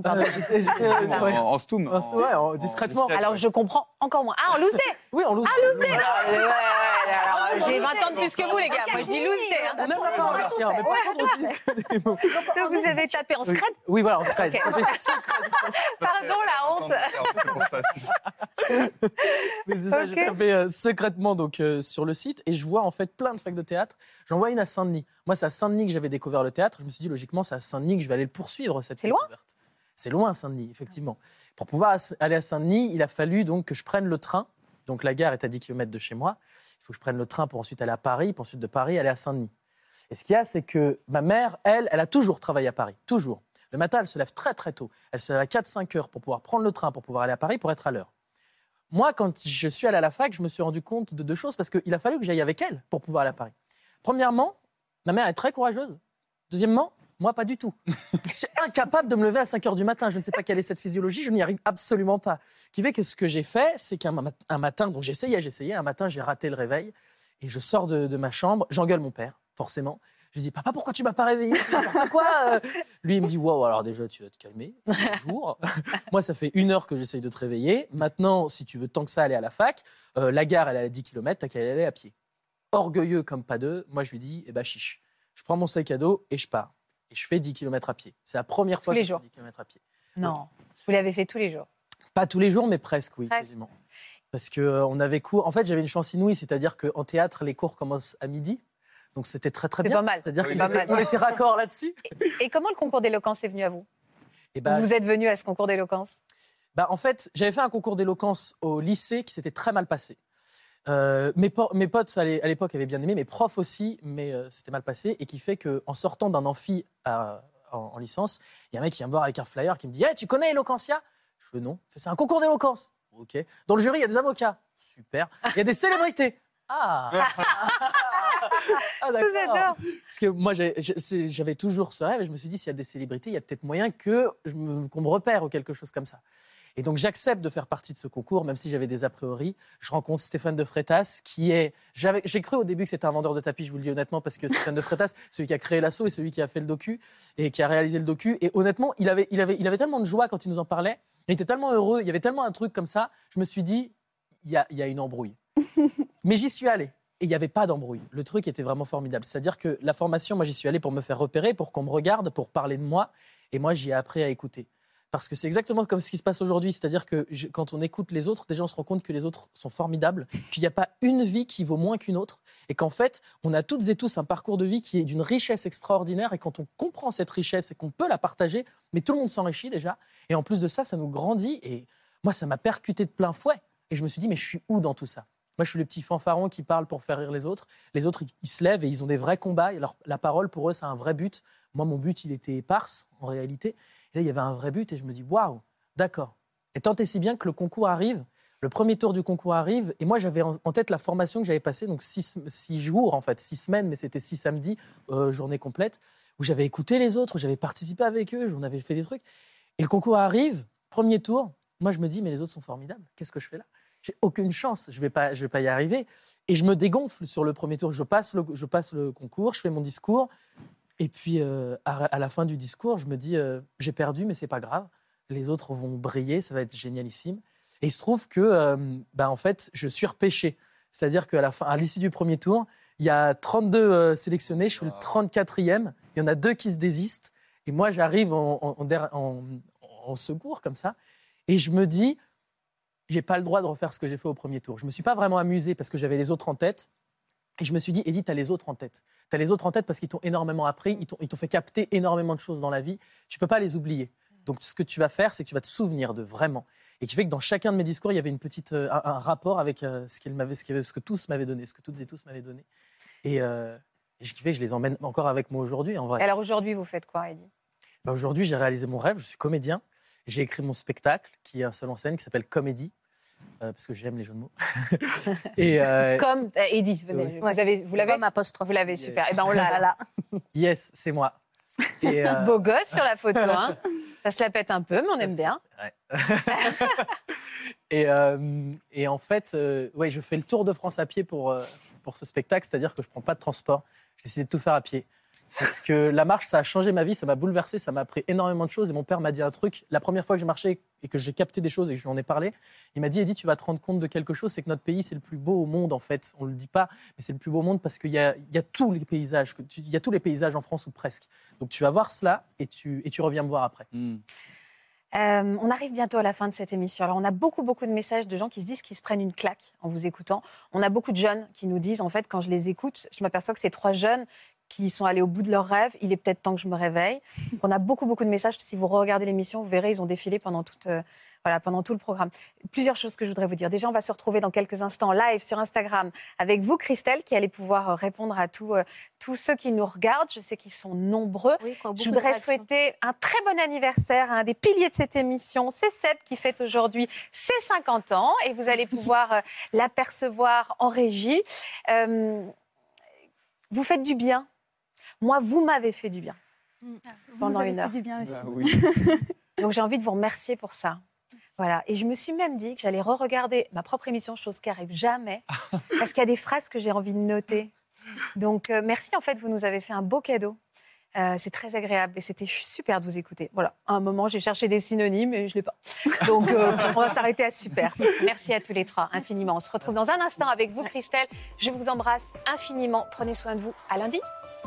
En stoom. Discrètement. Alors, je comprends encore moins. Ah, en loose day? Oui, en loose day. Ah, loose day. Alors, j'ai 20 ans de plus que vous, les gars. Moi, je dis loose day. On n'aime pas en Lucien, mais par contre, on utilise que des mots. Donc, vous avez tapé en scred? Oui, voilà, en scred. Ok. J'ai tapé secrètement. Pardon, la honte. Mais c'est ça, Ok. j'ai tapé secrètement donc, sur le site et je vois en fait plein de facs de théâtre. J'en vois une à Saint-Denis. Moi, c'est à Saint-Denis que j'avais découvert le théâtre. Je me suis dit, logiquement, c'est à Saint-Denis que je vais aller le poursuivre. C'est loin? C'est loin, Saint-Denis, effectivement. Pour pouvoir aller à Saint-Denis, il a fallu donc que je prenne le train. Donc la gare est à 10 km de chez moi. Il faut que je prenne le train pour ensuite aller à Paris, pour ensuite de Paris aller à Saint-Denis. Et ce qu'il y a, c'est que ma mère, elle a toujours travaillé à Paris, toujours. Le matin, elle se lève très très tôt. Elle se lève à 4-5 heures pour pouvoir prendre le train, pour pouvoir aller à Paris, pour être à l'heure. Moi, quand je suis allé à la fac, je me suis rendu compte de 2 choses parce qu'il a fallu que j'aille avec elle pour pouvoir aller à Paris. Premièrement, ma mère est très courageuse. Deuxièmement, moi, pas du tout. Je suis incapable de me lever à 5 heures du matin. Je ne sais pas quelle est cette physiologie, je n'y arrive absolument pas. Qui fait que ce que j'ai fait, c'est qu'un matin, donc j'essayais, un matin, j'ai raté le réveil et je sors de ma chambre, j'engueule mon père, forcément. Je lui dis, papa, pourquoi tu m'as pas réveillé? C'est n'importe quoi. Lui, il me dit, waouh, alors déjà, tu vas te calmer. Bonjour. Moi, ça fait 1 heure que j'essaye de te réveiller. Maintenant, si tu veux tant que ça aller à la fac, la gare, elle est à 10 km, t'as qu'à y aller à pied. Orgueilleux comme pas deux, moi, je lui dis, eh ben, chiche. Je prends mon sac à dos et je pars. Et je fais 10 km à pied. C'est la première fois que je fais 10 km à pied. Non, vous l'avez fait tous les jours? Pas tous les jours, mais presque, oui, quasiment. Parce qu'on avait cours... En fait, j'avais une chance inouïe, c'est-à-dire qu'en théâtre, les cours commencent à midi. Donc c'était très très bien. C'est pas mal. C'est-à-dire Oui, qu'on était raccord là-dessus. Et comment le concours d'éloquence est venu à vous? ben, Vous êtes venu à ce concours d'éloquence? En fait, j'avais fait un concours d'éloquence au lycée qui s'était très mal passé. Mes potes à l'époque avaient bien aimé, mes profs aussi, mais c'était mal passé. Et qui fait qu'en sortant d'un amphi en licence, il y a un mec qui vient me voir avec un flyer qui me dit hey, « tu connais Eloquentia ?» Je fais « non ». C'est un concours d'éloquence. Ok. Dans le jury, il y a des avocats. Super. Il y a des célébrités. Ah, d'accord. Je vous adore. Parce que moi, j'avais toujours ce rêve et je me suis dit, s'il y a des célébrités, il y a peut-être moyen qu'on me repère ou quelque chose comme ça. Et donc, j'accepte de faire partie de ce concours, même si j'avais des a priori. Je rencontre Stéphane de Freitas, qui est... J'ai cru au début que c'était un vendeur de tapis, je vous le dis honnêtement, parce que Stéphane de Freitas, celui qui a créé l'assaut et celui qui a fait le docu et qui a réalisé le docu. Et honnêtement, il avait tellement de joie quand il nous en parlait. Il était tellement heureux, il y avait tellement un truc comme ça. Je me suis dit, il y a une embrouille. Mais j'y suis allé. Et il n'y avait pas d'embrouille. Le truc était vraiment formidable. C'est-à-dire que la formation, moi, j'y suis allé pour me faire repérer, pour qu'on me regarde, pour parler de moi. Et moi, j'y ai appris à écouter. Parce que c'est exactement comme ce qui se passe aujourd'hui. C'est-à-dire que quand on écoute les autres, déjà on se rend compte que les autres sont formidables, qu'il n'y a pas une vie qui vaut moins qu'une autre, et qu'en fait, on a toutes et tous un parcours de vie qui est d'une richesse extraordinaire, et quand on comprend cette richesse et qu'on peut la partager, mais tout le monde s'enrichit déjà. Et en plus de ça, ça nous grandit. Et moi, ça m'a percuté de plein fouet. Et je me suis dit, mais je suis où dans tout ça ? Moi, je suis le petit fanfaron qui parle pour faire rire les autres. Les autres, ils se lèvent et ils ont des vrais combats. Et la parole, pour eux, c'est un vrai but. Moi, mon but, il était éparse, en réalité. Et là, il y avait un vrai but. Et je me dis, waouh, d'accord. Et tant et si bien que le concours arrive, le premier tour du concours arrive. Et moi, j'avais en tête la formation que j'avais passée, donc 6 jours, en fait, 6 semaines, mais c'était 6 samedis, journée complète, où j'avais écouté les autres, où j'avais participé avec eux, où on avait fait des trucs. Et le concours arrive, premier tour. Moi, je me dis, mais les autres sont formidables. Qu'est-ce que je fais là ? J'ai aucune chance, je vais pas y arriver. Et je me dégonfle sur le premier tour. Je passe le concours, je fais mon discours. Et puis, à la fin du discours, je me dis, j'ai perdu, mais c'est pas grave. Les autres vont briller, ça va être génialissime. Et il se trouve que, en fait, je suis repêché. C'est-à-dire qu'à l'issue du premier tour, il y a 32 sélectionnés, je suis le 34e. Il y en a 2 qui se désistent. Et moi, j'arrive en secours, comme ça. Et je me dis, j'ai pas le droit de refaire ce que j'ai fait au premier tour. Je me suis pas vraiment amusé parce que j'avais les autres en tête. Et je me suis dit, Eddy, t'as les autres en tête. T'as les autres en tête parce qu'ils t'ont énormément appris, ils t'ont fait capter énormément de choses dans la vie. Tu peux pas les oublier. Donc, ce que tu vas faire, c'est que tu vas te souvenir de vraiment. Et qui fait que dans chacun de mes discours, il y avait un rapport avec ce que tous m'avaient donné, ce que toutes et tous m'avaient donné. Et je kiffais, je les emmène encore avec moi aujourd'hui, en vrai. Et alors aujourd'hui, vous faites quoi, Eddy ? Aujourd'hui, j'ai réalisé mon rêve, je suis comédien. J'ai écrit mon spectacle, qui est un seul en scène, qui s'appelle Comédie, parce que j'aime les jeux de mots. Et Comme Eddy, vous l'avez ? Comme apostrophe. Vous l'avez, super. Et ben on l'a là. Yes, c'est moi. Et Beau gosse sur la photo, hein. Ça se la pète un peu, mais on aime bien. Ouais. Et en fait, je fais le tour de France à pied pour ce spectacle, c'est-à-dire que je ne prends pas de transport. J'ai décidé de tout faire à pied. Parce que la marche, ça a changé ma vie, ça m'a bouleversé, ça m'a appris énormément de choses. Et mon père m'a dit un truc, la première fois que j'ai marché et que j'ai capté des choses et que je lui en ai parlé, il m'a dit, Eddy, tu vas te rendre compte de quelque chose, c'est que notre pays, c'est le plus beau au monde, en fait. On ne le dit pas, mais c'est le plus beau au monde parce qu'il y a tous les paysages. Il y a tous les paysages en France, ou presque. Donc tu vas voir cela et tu reviens me voir après. On arrive bientôt à la fin de cette émission. Alors, on a beaucoup de messages de gens qui se disent qu'ils se prennent une claque en vous écoutant. On a beaucoup de jeunes qui nous disent, en fait, quand je les écoute, je m'aperçois que ces 3 jeunes qui sont allés au bout de leurs rêves, il est peut-être temps que je me réveille. Donc, on a beaucoup de messages. Si vous regardez l'émission, vous verrez, ils ont défilé pendant tout le programme. Plusieurs choses que je voudrais vous dire. Déjà, on va se retrouver dans quelques instants live sur Instagram avec vous, Christelle, qui allez pouvoir répondre à tous ceux qui nous regardent. Je sais qu'ils sont nombreux. Oui, je voudrais souhaiter un très bon anniversaire à un des piliers de cette émission. C'est Seb qui fête aujourd'hui ses 50 ans et vous allez pouvoir l'apercevoir en régie. Vous faites du bien. Moi, vous m'avez fait du bien pendant une heure. Fait du bien aussi. Oui. Donc, j'ai envie de vous remercier pour ça. Voilà. Et je me suis même dit que j'allais re-regarder ma propre émission, chose qui n'arrive jamais, parce qu'il y a des phrases que j'ai envie de noter. Donc, merci. En fait, vous nous avez fait un beau cadeau. C'est très agréable et c'était super de vous écouter. Voilà. À un moment, j'ai cherché des synonymes et je ne l'ai pas. Donc, on va s'arrêter à super. Merci à tous les 3, infiniment. On se retrouve dans un instant avec vous, Christelle. Je vous embrasse infiniment. Prenez soin de vous. À lundi.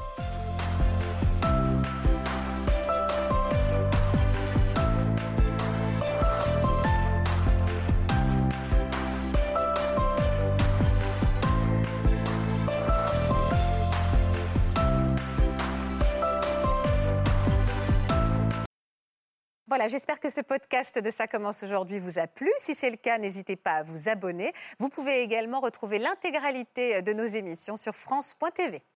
Voilà, j'espère que ce podcast de Ça commence aujourd'hui vous a plu. Si c'est le cas, n'hésitez pas à vous abonner. Vous pouvez également retrouver l'intégralité de nos émissions sur France.tv.